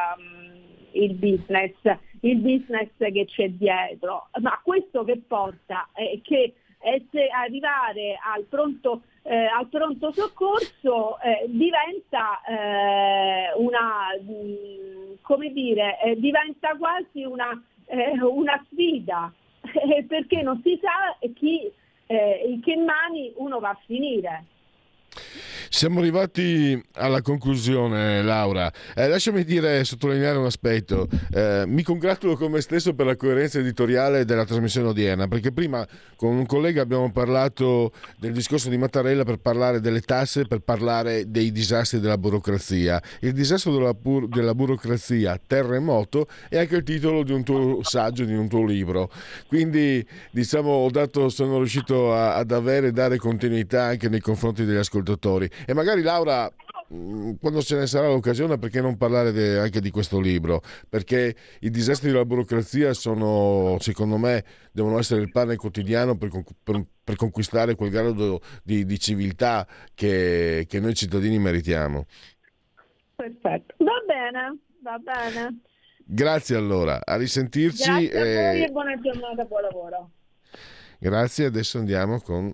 il business, il business che c'è dietro. Ma questo che porta è che arrivare al pronto, eh, al pronto soccorso eh, diventa eh, una, come dire, eh, diventa quasi una, eh, una sfida, eh, perché non si sa chi, eh, in che mani uno va a finire. Siamo arrivati alla conclusione, Laura. Eh, lasciami dire, sottolineare un aspetto. Eh, mi congratulo con me stesso per la coerenza editoriale della trasmissione odierna, perché prima con un collega abbiamo parlato del discorso di Mattarella per parlare delle tasse, per parlare dei disastri della burocrazia. Il disastro della, bur- della burocrazia, terremoto, è anche il titolo di un tuo saggio, di un tuo libro. Quindi, diciamo, ho dato, sono riuscito a, ad avere e dare continuità anche nei confronti degli ascoltatori. E magari Laura, quando ce ne sarà l'occasione, perché non parlare de, anche di questo libro? Perché i disastri della burocrazia sono, secondo me, devono essere il pane quotidiano per, per, per conquistare quel grado di, di civiltà che, che noi cittadini meritiamo. Perfetto, va bene, va bene. Grazie allora, a risentirci. Grazie a voi e... e buona giornata, buon lavoro. Grazie, adesso andiamo con...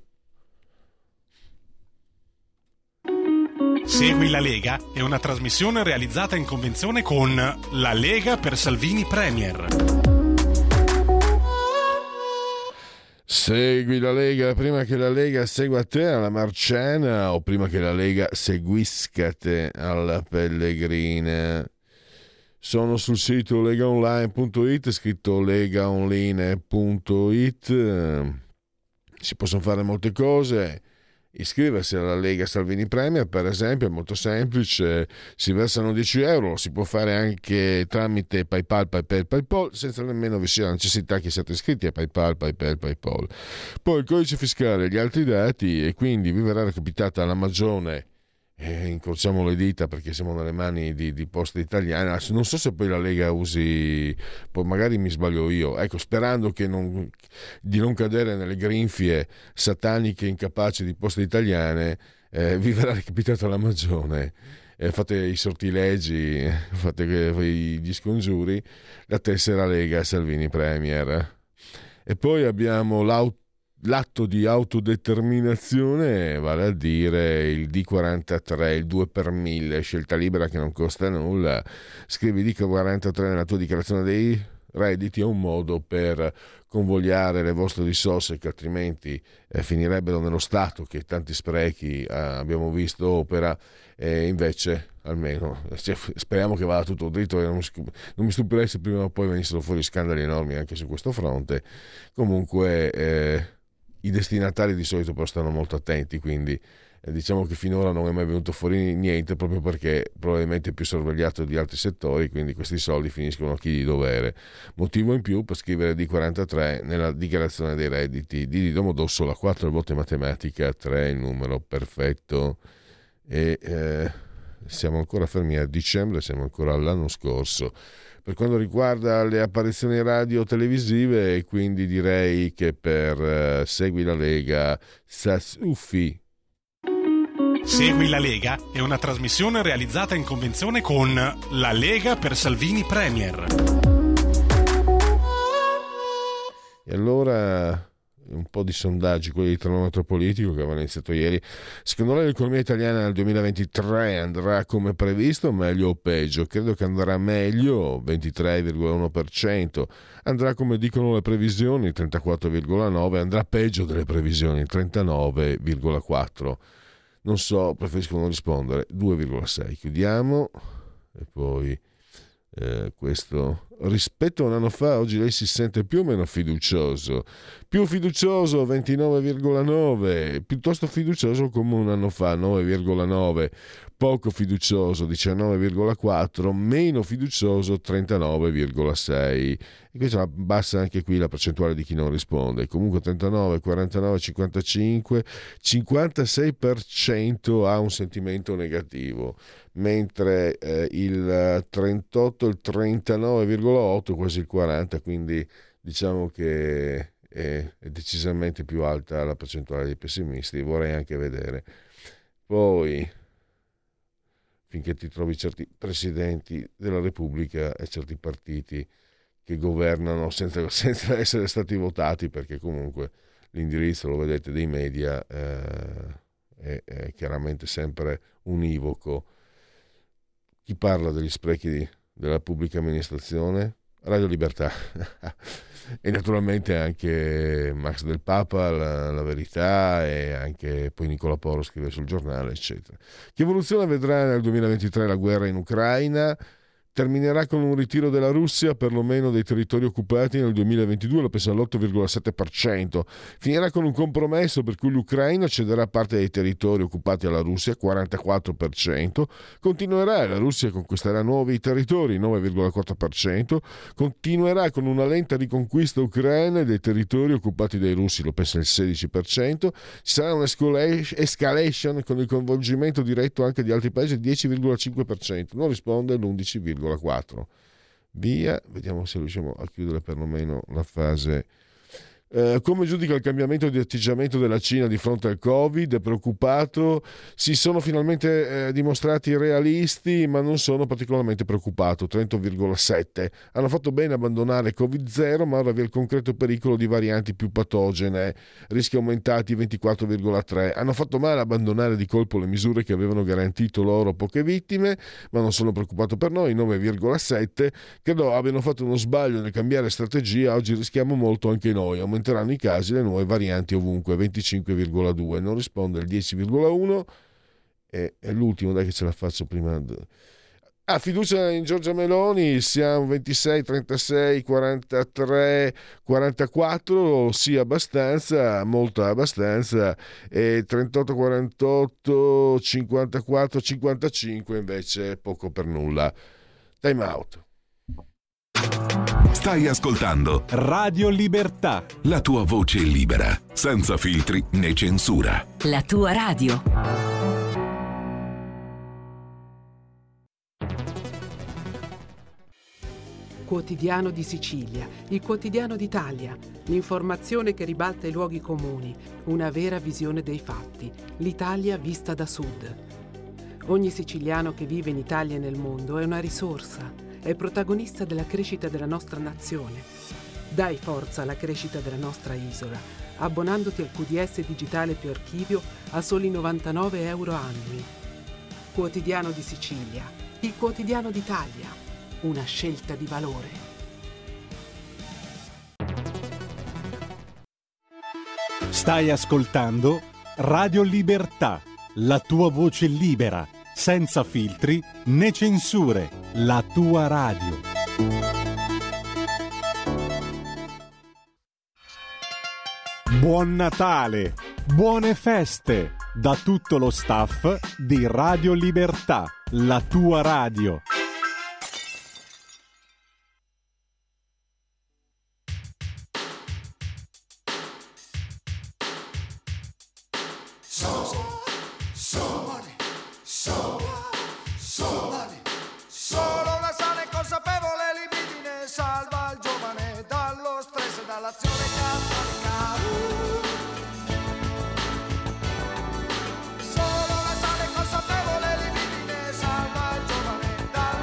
Segui la Lega è una trasmissione realizzata in convenzione con La Lega per Salvini Premier. Segui la Lega prima che la Lega segua te alla Marciana o prima che la Lega seguisca te alla Pellegrina. Sono sul sito legaonline punto it, scritto legaonline punto it. Si possono fare molte cose. Iscriversi alla Lega Salvini Premier, per esempio, è molto semplice, si versano dieci euro, lo si può fare anche tramite PayPal, PayPal, PayPal, senza nemmeno vi sia la necessità che siate iscritti a PayPal, PayPal, PayPal. Poi il codice fiscale e gli altri dati, e quindi vi verrà recapitata la magione. Eh, incrociamo le dita perché siamo nelle mani di, di Poste Italiane. Non so se poi la Lega usi, poi magari mi sbaglio io, ecco, sperando che non, di non cadere nelle grinfie sataniche incapaci di Poste Italiane, eh, vi verrà recapitata la magione. Eh, fate i sortilegi, fate gli scongiuri, la tessera Lega Salvini Premier. E poi abbiamo l'auto l'atto di autodeterminazione, vale a dire il D quarantatré, il due per mille, scelta libera che non costa nulla. Scrivi D quarantatré nella tua dichiarazione dei redditi, è un modo per convogliare le vostre risorse che altrimenti eh, finirebbero nello Stato, che tanti sprechi eh, abbiamo visto opera, e invece almeno cioè, speriamo che vada tutto dritto. Non mi stupirei se prima o poi venissero fuori scandali enormi anche su questo fronte. Comunque eh, i destinatari di solito però stanno molto attenti, quindi eh, diciamo che finora non è mai venuto fuori niente, proprio perché probabilmente è più sorvegliato di altri settori, quindi questi soldi finiscono a chi di dovere. Motivo in più per scrivere D quarantatré nella dichiarazione dei redditi. D di Domodossola, quattro il voto in matematica, tre il numero perfetto. E eh, siamo ancora fermi a dicembre, siamo ancora all'anno scorso per quanto riguarda le apparizioni radio televisive, e quindi direi che per uh, Segui la Lega Sasuffi. Segui la Lega è una trasmissione realizzata in convenzione con La Lega per Salvini Premier. E allora un po' di sondaggi, quelli di termometro politico che avevano iniziato ieri. Secondo lei l'economia italiana nel duemilaventitré andrà come previsto, meglio o peggio? Credo che andrà meglio, ventitré virgola uno per cento. Andrà come dicono le previsioni, trentaquattro virgola nove. Andrà peggio delle previsioni, trentanove virgola quattro. Non so, preferisco non rispondere. due virgola sei. Chiudiamo e poi Eh, questo rispetto a un anno fa oggi lei si sente più o meno fiducioso? Più fiducioso ventinove virgola nove, piuttosto fiducioso come un anno fa nove virgola nove, poco fiducioso diciannove virgola quattro, meno fiducioso trentanove virgola sei. E questa abbassa anche qui la percentuale di chi non risponde. Comunque trentanove, quarantanove, cinquantacinque, cinquantasei per cento ha un sentimento negativo, mentre eh, il trentotto, il trentanove virgola otto, quasi il quaranta, quindi diciamo che è, è decisamente più alta la percentuale dei pessimisti. Vorrei anche vedere poi, finché ti trovi certi presidenti della Repubblica e certi partiti che governano senza, senza essere stati votati, perché comunque l'indirizzo, lo vedete, dei media eh, è, è chiaramente sempre univoco. Chi parla degli sprechi di, della pubblica amministrazione? Radio Libertà e naturalmente anche Max Del Papa, la, la Verità, e anche poi Nicola Porro scrive sul Giornale, eccetera. Che evoluzione vedrà nel duemilaventitré la guerra in Ucraina? Terminerà con un ritiro della Russia, perlomeno dei territori occupati nel duemilaventidue, lo pensa all'otto virgola sette per cento. Finirà con un compromesso per cui l'Ucraina cederà parte dei territori occupati alla Russia, quarantaquattro per cento. Continuerà e la Russia conquisterà nuovi territori, nove virgola quattro per cento. Continuerà con una lenta riconquista ucraina dei territori occupati dai russi, lo pensa il sedici per cento. Ci sarà un'escalation con il coinvolgimento diretto anche di altri paesi, dieci virgola cinque per cento. Non risponde l'undici virgola quattro. Via, vediamo se riusciamo a chiudere perlomeno la fase Eh, come giudica il cambiamento di atteggiamento della Cina di fronte al Covid? È preoccupato? Si sono finalmente eh, dimostrati realisti, ma non sono particolarmente preoccupato, trenta virgola sette. Hanno fatto bene a abbandonare Covid zero, ma ora vi è il concreto pericolo di varianti più patogene, rischi aumentati, ventiquattro virgola tre. Hanno fatto male a abbandonare di colpo le misure che avevano garantito loro poche vittime, ma non sono preoccupato per noi, nove virgola sette. Credo abbiano fatto uno sbaglio nel cambiare strategia, oggi rischiamo molto anche noi, aumentando i casi, le nuove varianti ovunque, venticinque virgola due, non risponde il dieci virgola uno, e è l'ultimo, dai che ce la faccio prima. Ah, fiducia in Giorgia Meloni, siamo ventisei, trentasei, quarantatré, quarantaquattro, sì abbastanza, molta abbastanza, e trentotto, quarantotto, cinquantaquattro, cinquantacinque invece poco per nulla. Time out. Stai ascoltando Radio Libertà, la tua voce libera, senza filtri né censura. La tua radio. Quotidiano di Sicilia, il quotidiano d'Italia, l'informazione che ribalta i luoghi comuni, una vera visione dei fatti, l'Italia vista da sud. Ogni siciliano che vive in Italia e nel mondo è una risorsa. È protagonista della crescita della nostra nazione. Dai forza alla crescita della nostra isola, abbonandoti al Q D S digitale più archivio a soli novantanove euro annui. Quotidiano di Sicilia, il quotidiano d'Italia, una scelta di valore. stai ascoltando Radio Libertà, la tua voce libera, senza filtri né censure, la tua radio. Buon Natale, buone feste da tutto lo staff di Radio Libertà, la tua radio. Solo la sale consapevole libidine salva il giovane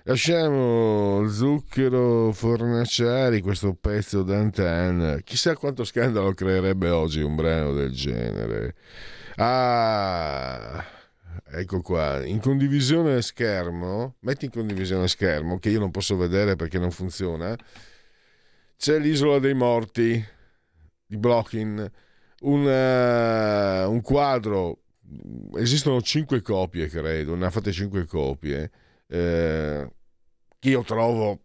Lasciamo Zucchero Fornaciari, questo pezzo d'Antan. Chissà quanto scandalo creerebbe oggi un brano del genere. Ah, ecco qua, in condivisione schermo, metti in condivisione schermo, che io non posso vedere perché non funziona, c'è l'Isola dei Morti di Blochin, un, uh, un quadro, esistono cinque copie credo, ne ha fatte cinque copie, eh, che io trovo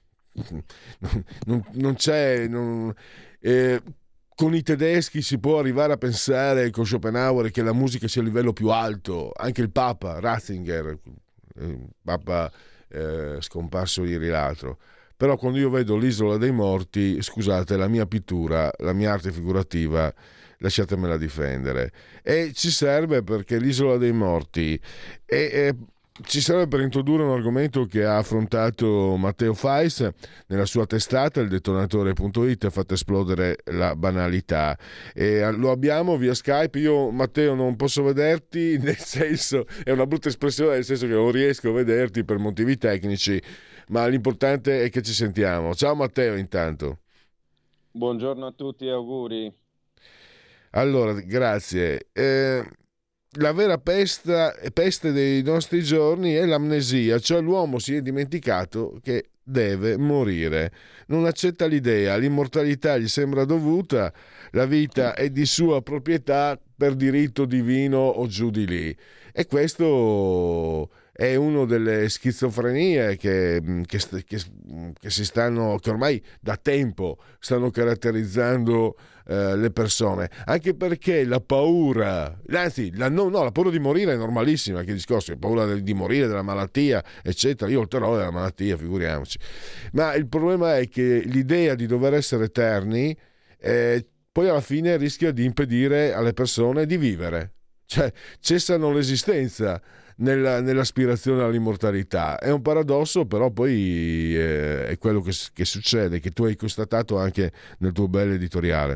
non, non, non c'è non, eh, con i tedeschi si può arrivare a pensare con Schopenhauer che la musica sia a livello più alto, anche il Papa Ratzinger, eh, Papa eh, scomparso ieri l'altro. Però quando io vedo l'Isola dei Morti, scusate, la mia pittura, la mia arte figurativa, lasciatemela difendere. E ci serve perché l'Isola dei Morti è, è, ci serve per introdurre un argomento che ha affrontato Matteo Fais nella sua testata, il detonatore punto it, Fate esplodere la banalità. E lo abbiamo via Skype. Io, Matteo, non posso vederti, nel senso, è una brutta espressione, nel senso che non riesco a vederti per motivi tecnici, ma l'importante è che ci sentiamo. Ciao Matteo, intanto. Buongiorno a tutti, auguri. Allora, grazie. Eh, la vera peste, peste dei nostri giorni è l'amnesia, cioè l'uomo si è dimenticato che deve morire. Non accetta l'idea, l'immortalità gli sembra dovuta, la vita è di sua proprietà per diritto divino o giù di lì. E questo è una delle schizofrenie che, che, che, che si stanno, che ormai da tempo stanno caratterizzando eh, le persone, anche perché la paura, anzi la, no, no, la paura di morire è normalissima, che discorso, la paura di, di morire, della malattia, eccetera. Io ho il terrore della malattia, figuriamoci. Ma il problema è che l'idea di dover essere eterni eh, poi alla fine rischia di impedire alle persone di vivere, cioè cessano l'esistenza Nella, nell'aspirazione all'immortalità. È un paradosso, però poi eh, è quello che, che succede, che tu hai constatato anche nel tuo bel editoriale.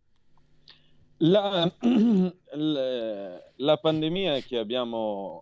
La, la, la pandemia che abbiamo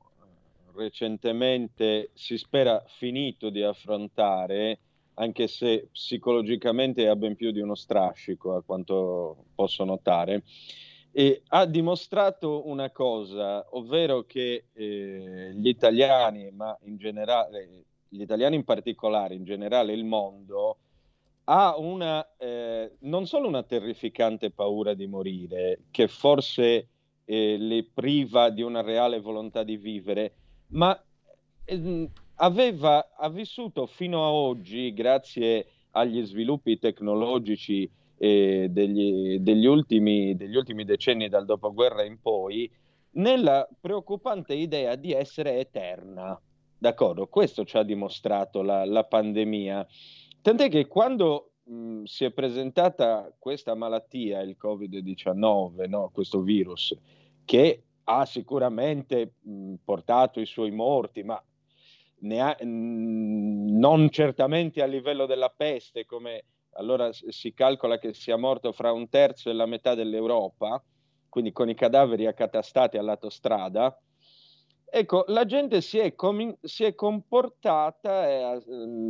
recentemente, si spera, finito di affrontare, anche se psicologicamente ha ben più di uno strascico, a quanto posso notare, e ha dimostrato una cosa, ovvero che eh, gli italiani, ma in generale, gli italiani in particolare, in generale il mondo, ha una, eh, non solo una terrificante paura di morire, che forse eh, le priva di una reale volontà di vivere, ma eh, aveva, ha vissuto fino a oggi, grazie agli sviluppi tecnologici Eh, degli, degli, ultimi, degli ultimi decenni, dal dopoguerra in poi, nella preoccupante idea di essere eterna. D'accordo? Questo ci ha dimostrato la, la pandemia. Tant'è che quando mh, si è presentata questa malattia, il covid diciannove, no? Questo virus, che ha sicuramente mh, portato i suoi morti, ma ne ha, mh, non certamente a livello della peste, come allora si calcola che sia morto fra un terzo e la metà dell'Europa, quindi con i cadaveri accatastati all'autostrada. Ecco, la gente si è, com- si è comportata eh,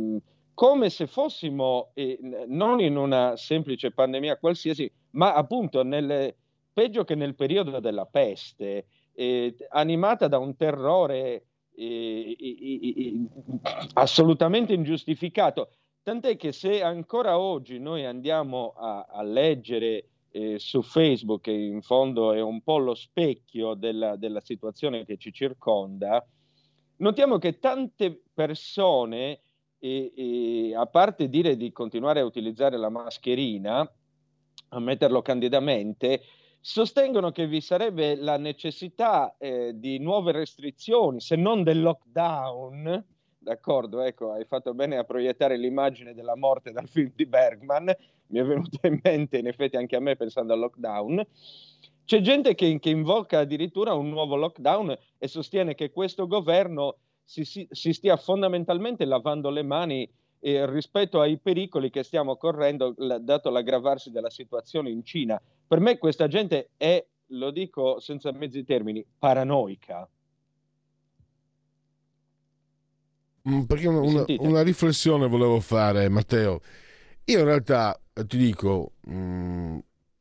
come se fossimo eh, non in una semplice pandemia qualsiasi, ma appunto nel, peggio che nel periodo della peste, eh, animata da un terrore eh, eh, eh, assolutamente ingiustificato. Tant'è che se ancora oggi noi andiamo a, a leggere eh, su Facebook, che in fondo è un po' lo specchio della, della situazione che ci circonda, notiamo che tante persone, eh, eh, a parte dire di continuare a utilizzare la mascherina, a metterlo candidamente, sostengono che vi sarebbe la necessità eh, di nuove restrizioni, se non del lockdown. D'accordo, ecco, hai fatto bene a proiettare l'immagine della morte dal film di Bergman, mi è venuto in mente in effetti anche a me pensando al lockdown. C'è gente che, che invoca addirittura un nuovo lockdown e sostiene che questo governo si, si, si stia fondamentalmente lavando le mani eh, rispetto ai pericoli che stiamo correndo, la, dato l'aggravarsi della situazione in Cina. Per me questa gente è, lo dico senza mezzi termini, paranoica. Perché una, una riflessione volevo fare, Matteo. Io in realtà ti dico, mh,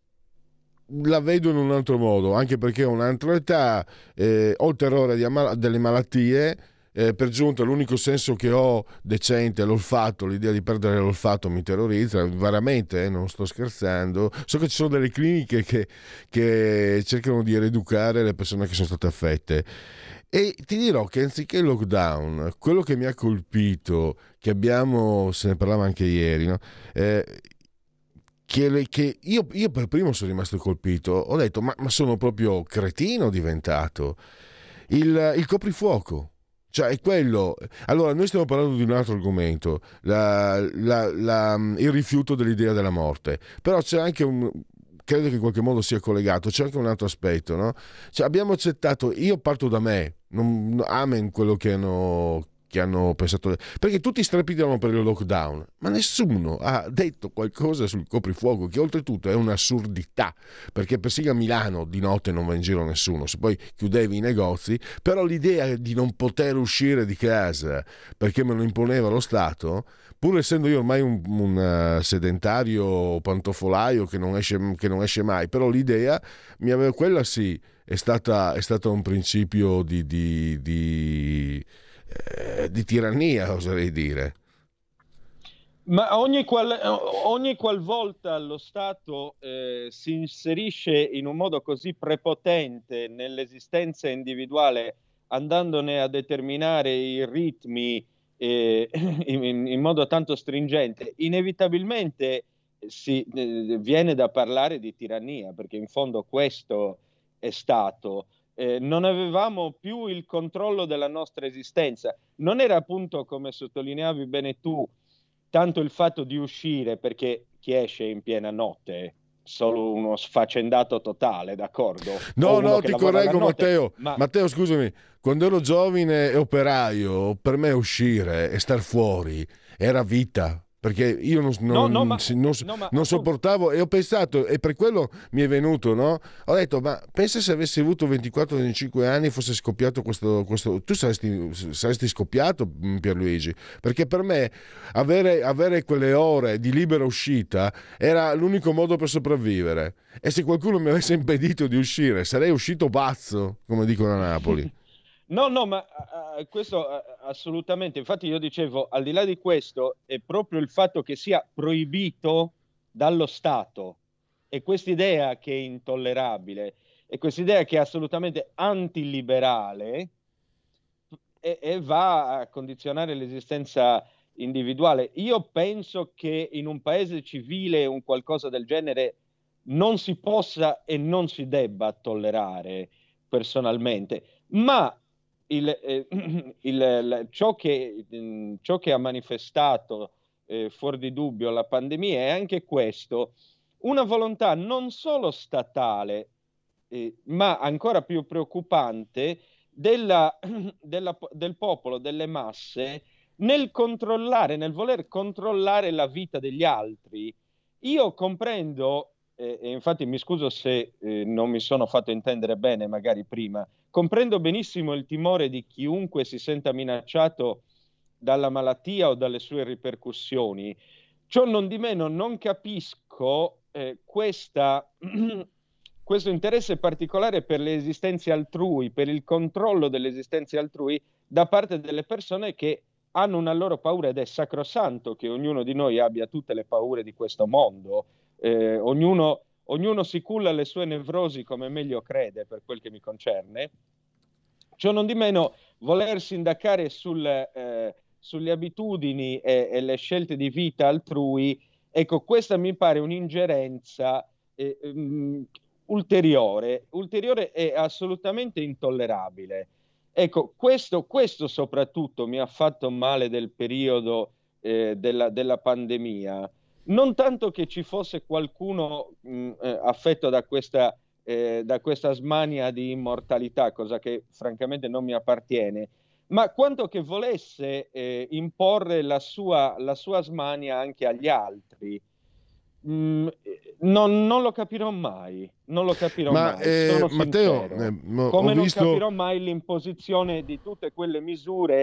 la vedo in un altro modo, anche perché ho un'altra età, eh, ho il terrore di amal- delle malattie. Eh, per giunta l'unico senso che ho decente è l'olfatto, l'idea di perdere l'olfatto mi terrorizza veramente, eh, non sto scherzando. So che ci sono delle cliniche che, che cercano di rieducare le persone che sono state affette, e ti dirò che anziché il lockdown, quello che mi ha colpito, che abbiamo, se ne parlava anche ieri, no? eh, che, che io, io per primo sono rimasto colpito, ho detto ma, ma sono proprio cretino diventato, il, il coprifuoco. Cioè è quello. Allora noi stiamo parlando di un altro argomento, la, la, la, il rifiuto dell'idea della morte, però c'è anche un, credo che in qualche modo sia collegato, c'è anche un altro aspetto, no? Cioè abbiamo accettato, io parto da me, non, amen quello che hanno, che hanno pensato, perché tutti strepitano per il lockdown, ma nessuno ha detto qualcosa sul coprifuoco, che oltretutto è un'assurdità, perché persino a Milano di notte non va in giro nessuno, se poi chiudevi i negozi, però l'idea di non poter uscire di casa perché me lo imponeva lo Stato, pur essendo io ormai un, un sedentario pantofolaio che non esce, che non esce mai, però l'idea mi aveva, quella sì, è stata, è stata un principio di, di, di Eh, di tirannia, oserei dire. Ma ogni, qual, ogni qualvolta lo Stato eh, si inserisce in un modo così prepotente nell'esistenza individuale, andandone a determinare i ritmi eh, in, in modo tanto stringente, inevitabilmente si eh, viene da parlare di tirannia, perché in fondo questo è stato. Eh, non avevamo più il controllo della nostra esistenza. Non era appunto, come sottolineavi bene tu, tanto il fatto di uscire, perché chi esce in piena notte, solo uno sfaccendato totale, d'accordo? No, no, ti correggo notte, Matteo. ma... Matteo, scusami, quando ero giovane e operaio, per me uscire e star fuori era vita. Perché io non, non, no, no, ma, non, no, ma, non sopportavo, e ho pensato, e per quello mi è venuto, no? Ho detto, ma pensa se avessi avuto ventiquattro venticinque anni, fosse scoppiato questo, questo tu saresti, saresti scoppiato, Pierluigi, perché per me avere, avere quelle ore di libera uscita era l'unico modo per sopravvivere, e se qualcuno mi avesse impedito di uscire sarei uscito pazzo, come dicono a Napoli. No, no, ma uh, questo uh, assolutamente. Infatti io dicevo, al di là di questo, è proprio il fatto che sia proibito dallo Stato, e quest'idea che è intollerabile, e quest'idea che è assolutamente antiliberale, e, e va a condizionare l'esistenza individuale. Io penso che in un paese civile un qualcosa del genere non si possa e non si debba tollerare personalmente, ma Il, eh, il, il, ciò, che, ciò che ha manifestato eh, fuori di dubbio la pandemia è anche questo, una volontà non solo statale, eh, ma ancora più preoccupante della, della, del popolo, delle masse, nel controllare, nel voler controllare la vita degli altri. Io comprendo, eh, e infatti mi scuso se eh, non mi sono fatto intendere bene magari prima, comprendo benissimo il timore di chiunque si senta minacciato dalla malattia o dalle sue ripercussioni. Ciò non di meno non capisco eh, questa, questo interesse particolare per le esistenze altrui, per il controllo delle esistenze altrui da parte delle persone che hanno una loro paura, ed è sacrosanto che ognuno di noi abbia tutte le paure di questo mondo. Eh, ognuno Ognuno si culla le sue nevrosi come meglio crede, per quel che mi concerne. Ciò non di meno, voler sindacare sul, eh, sulle abitudini e, e le scelte di vita altrui, ecco, questa mi pare un'ingerenza eh, um, ulteriore, ulteriore e assolutamente intollerabile. Ecco, questo, questo soprattutto mi ha fatto male del periodo eh, della, della pandemia. Non tanto che ci fosse qualcuno mh, eh, affetto da questa, eh, da questa smania di immortalità, cosa che francamente non mi appartiene, ma quanto che volesse eh, imporre la sua, la sua smania anche agli altri. Mm, non, non lo capirò mai, non lo capirò ma, mai. Eh, sono Matteo, sincero. eh, Come non visto... capirò mai l'imposizione di tutte quelle misure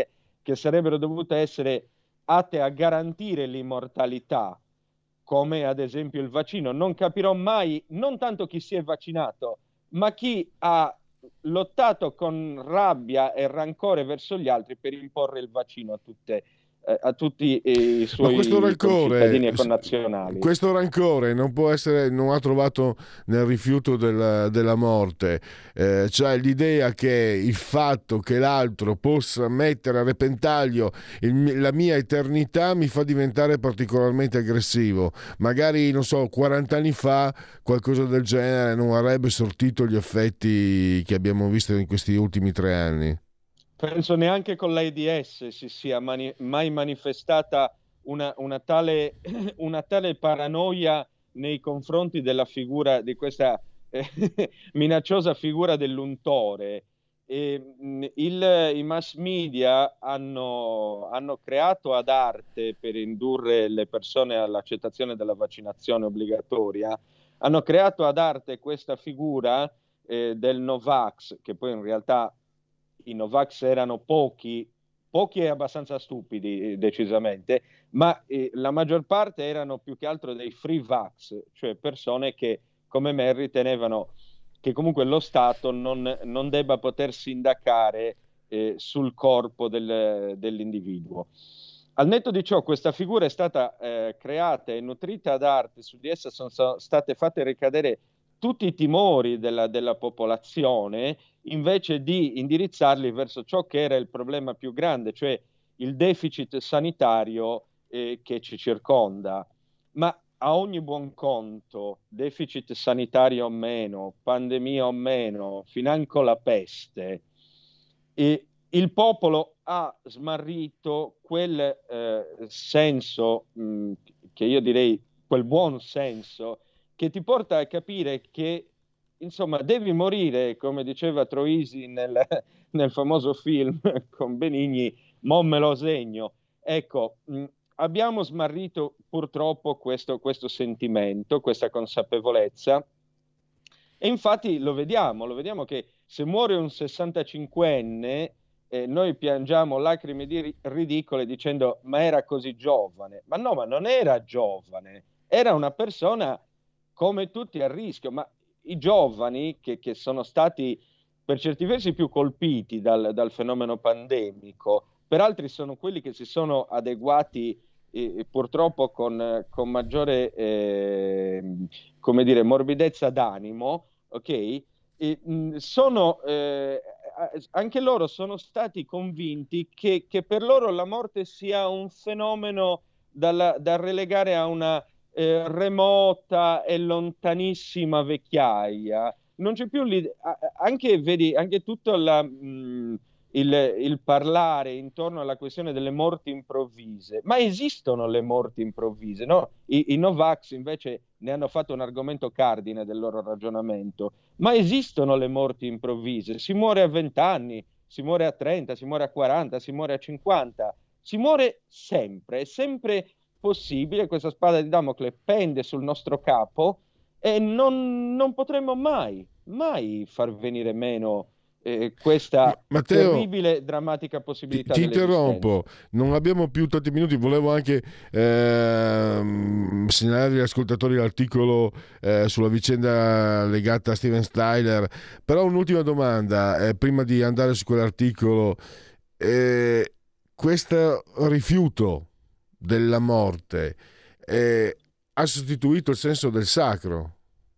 che sarebbero dovute essere atte a garantire l'immortalità, come ad esempio il vaccino. Non capirò mai, non tanto chi si è vaccinato, ma chi ha lottato con rabbia e rancore verso gli altri per imporre il vaccino a tutte eh, a tutti i suoi cittadini e connazionali. Questo rancore non può essere, non ha trovato nel rifiuto della, della morte, eh, cioè l'idea che il fatto che l'altro possa mettere a repentaglio il, la mia eternità mi fa diventare particolarmente aggressivo. Magari, non so, quaranta anni fa qualcosa del genere non avrebbe sortito gli effetti che abbiamo visto in questi ultimi tre anni. Penso neanche con l'AIDS si sia mani- mai manifestata una, una, tale, una tale paranoia nei confronti della figura, di questa eh, minacciosa figura dell'untore. E, mh, il, i mass media hanno, hanno creato ad arte, per indurre le persone all'accettazione della vaccinazione obbligatoria, hanno creato ad arte questa figura eh, del Novax, che poi in realtà i Novax erano pochi, pochi e abbastanza stupidi decisamente, ma eh, la maggior parte erano più che altro dei free vax, cioè persone che come me ritenevano che comunque lo Stato non, non debba poter sindacare eh, sul corpo del, dell'individuo. Al netto di ciò, questa figura è stata eh, creata e nutrita ad arte, su di essa sono state fatte ricadere tutti i timori della, della popolazione, invece di indirizzarli verso ciò che era il problema più grande, cioè il deficit sanitario eh, che ci circonda. Ma a ogni buon conto, deficit sanitario o meno, pandemia o meno, financo la peste, e il popolo ha smarrito quel eh, senso, mh, che io direi quel buon senso, che ti porta a capire che, insomma, devi morire, come diceva Troisi nel, nel famoso film con Benigni, mo me lo segno. Ecco, mh, abbiamo smarrito purtroppo questo, questo sentimento, questa consapevolezza, e infatti lo vediamo, lo vediamo che se muore un sessantacinquenne, eh, noi piangiamo lacrime di ridicole dicendo ma era così giovane. Ma no, ma non era giovane, era una persona come tutti a rischio, ma i giovani che, che sono stati per certi versi più colpiti dal, dal fenomeno pandemico, per altri sono quelli che si sono adeguati eh, purtroppo con, con maggiore eh, come dire, morbidezza d'animo, ok? E, mh, sono, eh, anche loro sono stati convinti che, che per loro la morte sia un fenomeno dalla, da relegare a una Eh, remota e lontanissima vecchiaia. Non c'è più l'idea, anche vedi anche tutto la, mh, il, il parlare intorno alla questione delle morti improvvise. Ma esistono le morti improvvise, no? I, i Novax invece ne hanno fatto un argomento cardine del loro ragionamento. Ma esistono le morti improvvise? Si muore a venti anni, si muore a trenta, si muore a quaranta, si muore a cinquanta, si muore sempre, è sempre possibile, questa spada di Damocle pende sul nostro capo e non, non potremo mai, mai far venire meno eh, questa Matteo, terribile, drammatica possibilità. Ti, ti interrompo, non abbiamo più tanti minuti, volevo anche ehm, segnalare agli ascoltatori l'articolo eh, sulla vicenda legata a Steven Tyler, però un'ultima domanda, eh, prima di andare su quell'articolo, eh, questo rifiuto della morte eh, ha sostituito il senso del sacro?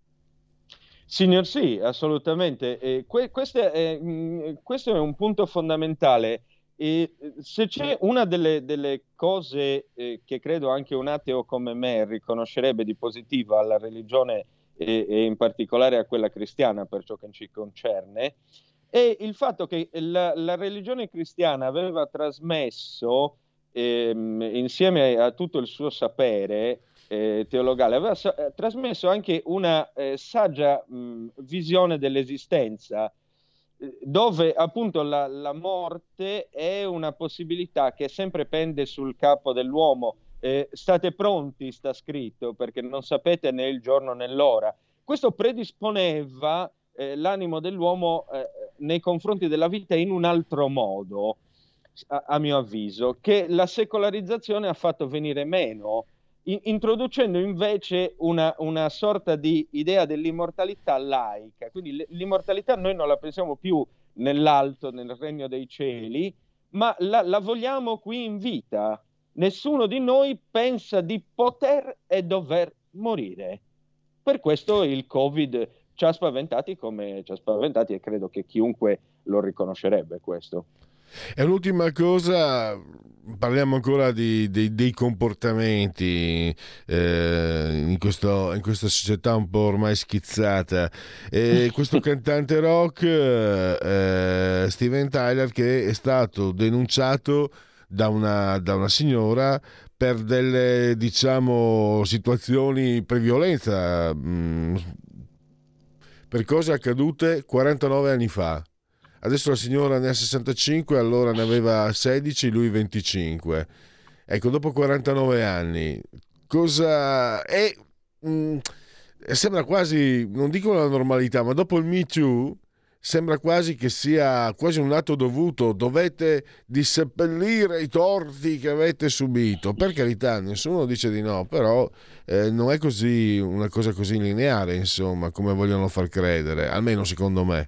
Signor sì, assolutamente. Eh, que- questo, è, mh, questo è un punto fondamentale. E se c'è una delle, delle cose eh, che credo anche un ateo come me riconoscerebbe di positivo alla religione e, e in particolare a quella cristiana per ciò che ci concerne, è il fatto che la, la religione cristiana aveva trasmesso Ehm, insieme a tutto il suo sapere eh, teologale, aveva sa- eh, trasmesso anche una eh, saggia mh, visione dell'esistenza, eh, dove appunto la, la morte è una possibilità che sempre pende sul capo dell'uomo. Eh, state pronti, sta scritto, perché non sapete né il giorno né l'ora. Questo predisponeva eh, l'animo dell'uomo eh, nei confronti della vita in un altro modo. a, a mio avviso, che la secolarizzazione ha fatto venire meno, in, introducendo invece una, una sorta di idea dell'immortalità laica. Quindi l'immortalità noi non la pensiamo più nell'alto, nel regno dei cieli, ma la, la vogliamo qui in vita. Nessuno di noi pensa di poter e dover morire. Per questo il Covid ci ha spaventati come ci ha spaventati, e credo che chiunque lo riconoscerebbe questo. E un'ultima cosa, parliamo ancora di, di, dei comportamenti eh, in, questo, in questa società un po' ormai schizzata. E questo cantante rock, eh, Steven Tyler, che è stato denunciato da una, da una signora per delle, diciamo, situazioni per violenza, mh, per cose accadute quarantanove anni fa. Adesso la signora ne ha sessantacinque, allora ne aveva sedici, lui venticinque. Ecco, dopo quarantanove anni, cosa è? Mh, sembra quasi, non dico la normalità, ma dopo il Me Too sembra quasi che sia quasi un atto dovuto. Dovete disseppellire i torti che avete subito. Per carità, nessuno dice di no, però eh, non è così una cosa così lineare, insomma, come vogliono far credere, almeno secondo me.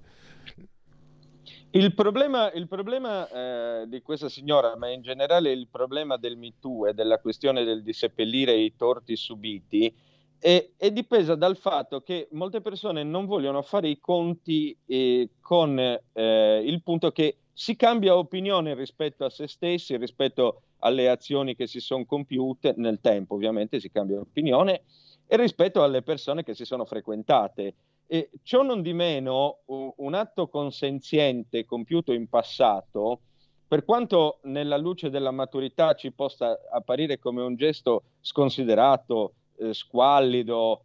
Il problema, il problema eh, di questa signora, ma in generale il problema del Me Too e della questione del disseppellire i torti subiti, è, è dipesa dal fatto che molte persone non vogliono fare i conti eh, con eh, il punto che si cambia opinione rispetto a se stessi, rispetto alle azioni che si sono compiute nel tempo, ovviamente si cambia opinione, e rispetto alle persone che si sono frequentate. E ciò non di meno, un atto consenziente compiuto in passato, per quanto nella luce della maturità ci possa apparire come un gesto sconsiderato, eh, squallido,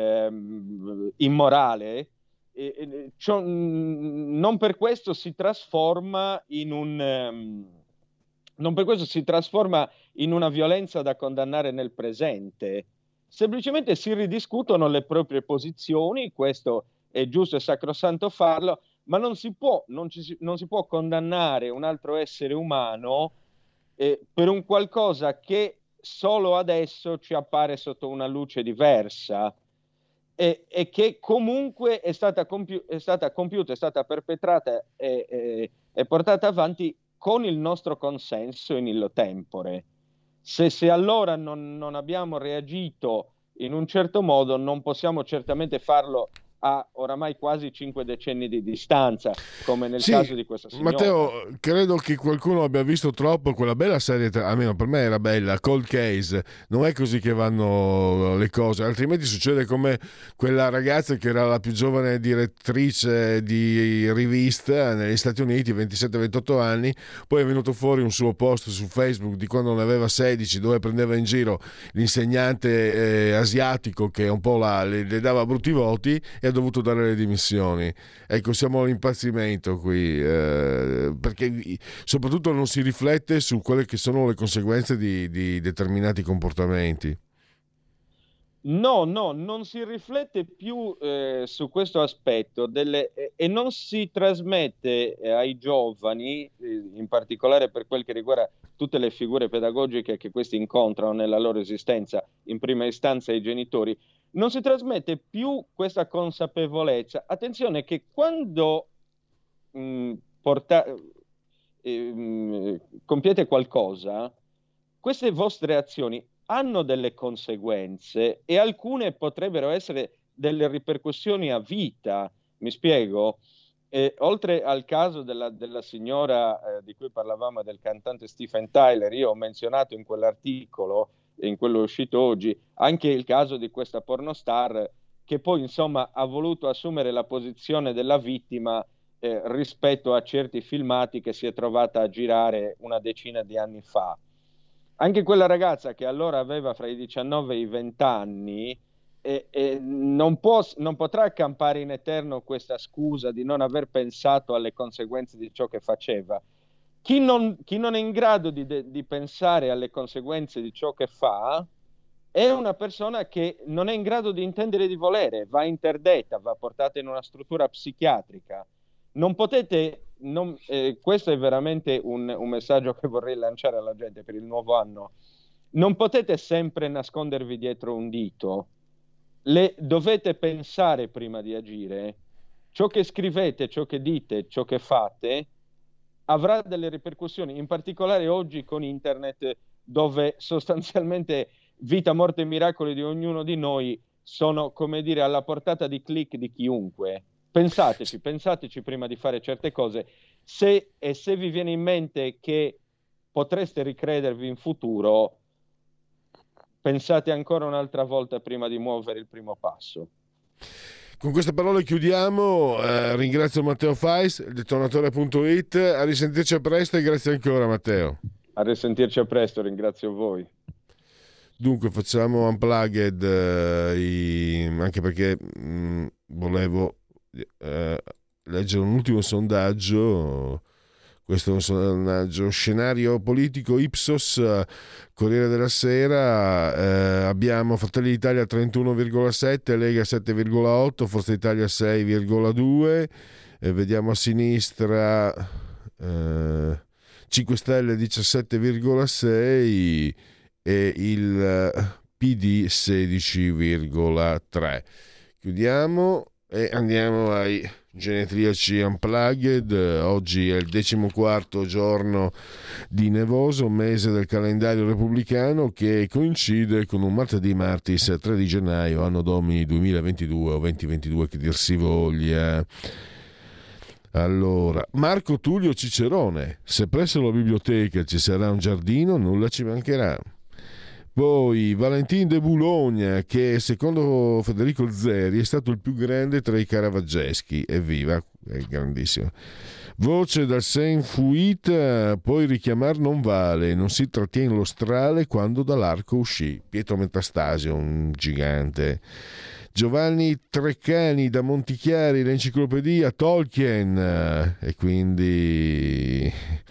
ehm, immorale, eh, eh, ciò, mh, non per questo si trasforma in un um, non per questo si trasforma in una violenza da condannare nel presente. Semplicemente si ridiscutono le proprie posizioni, questo è giusto e sacrosanto farlo, ma non si può, non ci, non si può condannare un altro essere umano eh, per un qualcosa che solo adesso ci appare sotto una luce diversa e, e che comunque è stata, compi- è stata compiuta, è stata perpetrata e, e, e portata avanti con il nostro consenso in illo tempore. Se, se allora non, non abbiamo reagito in un certo modo, non possiamo certamente farlo a oramai quasi cinque decenni di distanza, come nel sì, caso di questa signora. Matteo, credo che qualcuno abbia visto troppo quella bella serie, almeno per me era bella, Cold Case. Non è così che vanno le cose, altrimenti succede come quella ragazza che era la più giovane direttrice di rivista negli Stati Uniti, ventisette ventotto anni, poi è venuto fuori un suo post su Facebook di quando ne aveva sedici, dove prendeva in giro l'insegnante eh, asiatico che un po' la, le, le dava brutti voti, e ha dovuto dare le dimissioni. Ecco, siamo all'impazzimento qui, eh, perché soprattutto non si riflette su quelle che sono le conseguenze di, di determinati comportamenti. No, no, non si riflette più eh, su questo aspetto delle, eh, e non si trasmette eh, ai giovani, eh, in particolare per quel che riguarda tutte le figure pedagogiche che questi incontrano nella loro esistenza, in prima istanza ai genitori, non si trasmette più questa consapevolezza. Attenzione che quando mh, porta, eh, mh, compiete qualcosa, queste vostre azioni hanno delle conseguenze e alcune potrebbero essere delle ripercussioni a vita. Mi spiego? E, oltre al caso della, della signora eh, di cui parlavamo, del cantante Steven Tyler, io ho menzionato in quell'articolo, in quello uscito oggi, anche il caso di questa pornostar che poi insomma ha voluto assumere la posizione della vittima eh, rispetto a certi filmati che si è trovata a girare una decina di anni fa. Anche quella ragazza che allora aveva fra i diciannove e i venti anni e, e non, può, non potrà accampare in eterno questa scusa di non aver pensato alle conseguenze di ciò che faceva. Chi non, chi non è in grado di, de, di pensare alle conseguenze di ciò che fa è una persona che non è in grado di intendere e di volere, va interdetta, va portata in una struttura psichiatrica. Non potete non, eh, questo è veramente un, un messaggio che vorrei lanciare alla gente per il nuovo anno. Non potete sempre nascondervi dietro un dito. Le, dovete pensare prima di agire. Ciò che scrivete, ciò che dite, ciò che fate avrà delle ripercussioni, in particolare oggi con internet, dove sostanzialmente vita, morte e miracoli di ognuno di noi sono, come dire, alla portata di click di chiunque. Pensateci, pensateci prima di fare certe cose. Se, e se vi viene in mente che potreste ricredervi in futuro, pensate ancora un'altra volta prima di muovere il primo passo. Con queste parole chiudiamo. Eh, ringrazio Matteo Fais, detonatore punto it. A risentirci a presto e grazie ancora, Matteo. A risentirci a presto, ringrazio voi. Dunque facciamo unplugged, eh, i, anche perché mh, volevo eh, leggere un ultimo sondaggio. Questo è un sondaggio scenario politico Ipsos, Corriere della Sera. Eh, abbiamo Fratelli d'Italia trentuno virgola sette, Lega sette virgola otto, Forza Italia sei virgola due. Eh, vediamo a sinistra eh, cinque Stelle diciassette virgola sei e il P D sedici virgola tre. Chiudiamo e andiamo ai Genetriaci Unplugged. Oggi è il decimoquarto giorno di nevoso, mese del calendario repubblicano, che coincide con un martedì martis tre di gennaio, anno domini duemilaventidue o duemilaventidue, che dir si voglia. Allora, Marco Tullio Cicerone: se presso la biblioteca ci sarà un giardino, nulla ci mancherà. Poi Valentin de Boulogne, che secondo Federico Zeri è stato il più grande tra i caravaggeschi. Evviva, è grandissimo. Voce dal Saint-Fuit: poi richiamar non vale, non si trattiene lo strale quando dall'arco uscì. Pietro Metastasio, un gigante. Giovanni Treccani da Montichiari, l'enciclopedia Tolkien, e quindi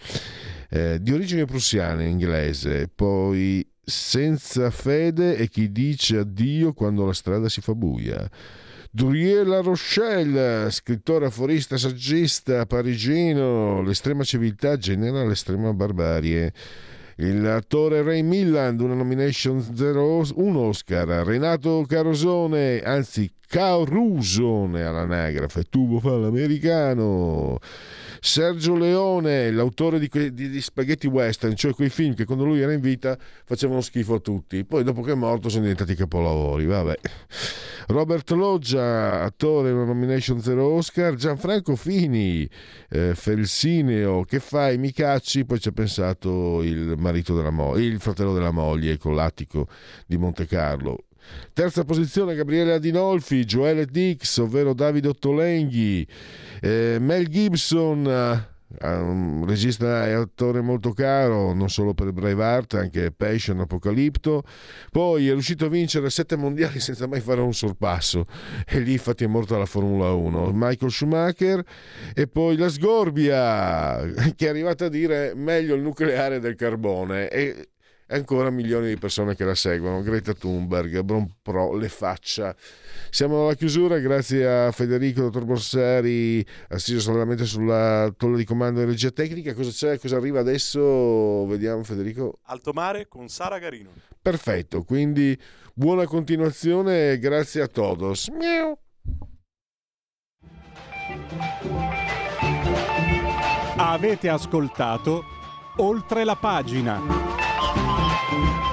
eh, di origine prussiana, inglese. Poi Senza fede è chi dice addio quando la strada si fa buia. Durier La Rochelle, scrittore, aforista, saggista parigino: l'estrema civiltà genera l'estrema barbarie. L'attore Ray Milland, una nomination, zero, un Oscar. Renato Carosone, anzi Carusone all'anagrafe, tubo fa l'americano. Sergio Leone, l'autore di, que- di, di spaghetti western, cioè quei film che quando lui era in vita facevano schifo a tutti, poi dopo che è morto sono diventati capolavori. Vabbè. Robert Loggia, attore, una nomination, zero Oscar. Gianfranco Fini, eh, Felsineo, che fai, mi cacci? Poi ci ha pensato il marito della moglie, il fratello della moglie, con l'attico di Monte Carlo. Terza posizione Gabriele Adinolfi, Joelle Dix, ovvero Davide Ottolenghi. eh, Mel Gibson, eh, un regista e attore molto caro, non solo per Braveheart, anche Passion, Apocalipto. Poi è riuscito a vincere sette mondiali senza mai fare un sorpasso, e lì infatti è morto alla Formula uno. Michael Schumacher. E poi la Sgorbia, che è arrivata a dire meglio il nucleare del carbone, e ancora milioni di persone che la seguono. Greta Thunberg, Bron Pro, le faccia. Siamo alla chiusura, grazie a Federico, dottor Borsari, assiso solamente sulla tolla di comando di regia tecnica. Cosa c'è? Cosa arriva adesso? Vediamo, Federico. Alto Mare con Sara Garino. Perfetto, quindi buona continuazione e grazie a todos. Miau. Avete ascoltato Oltre la pagina.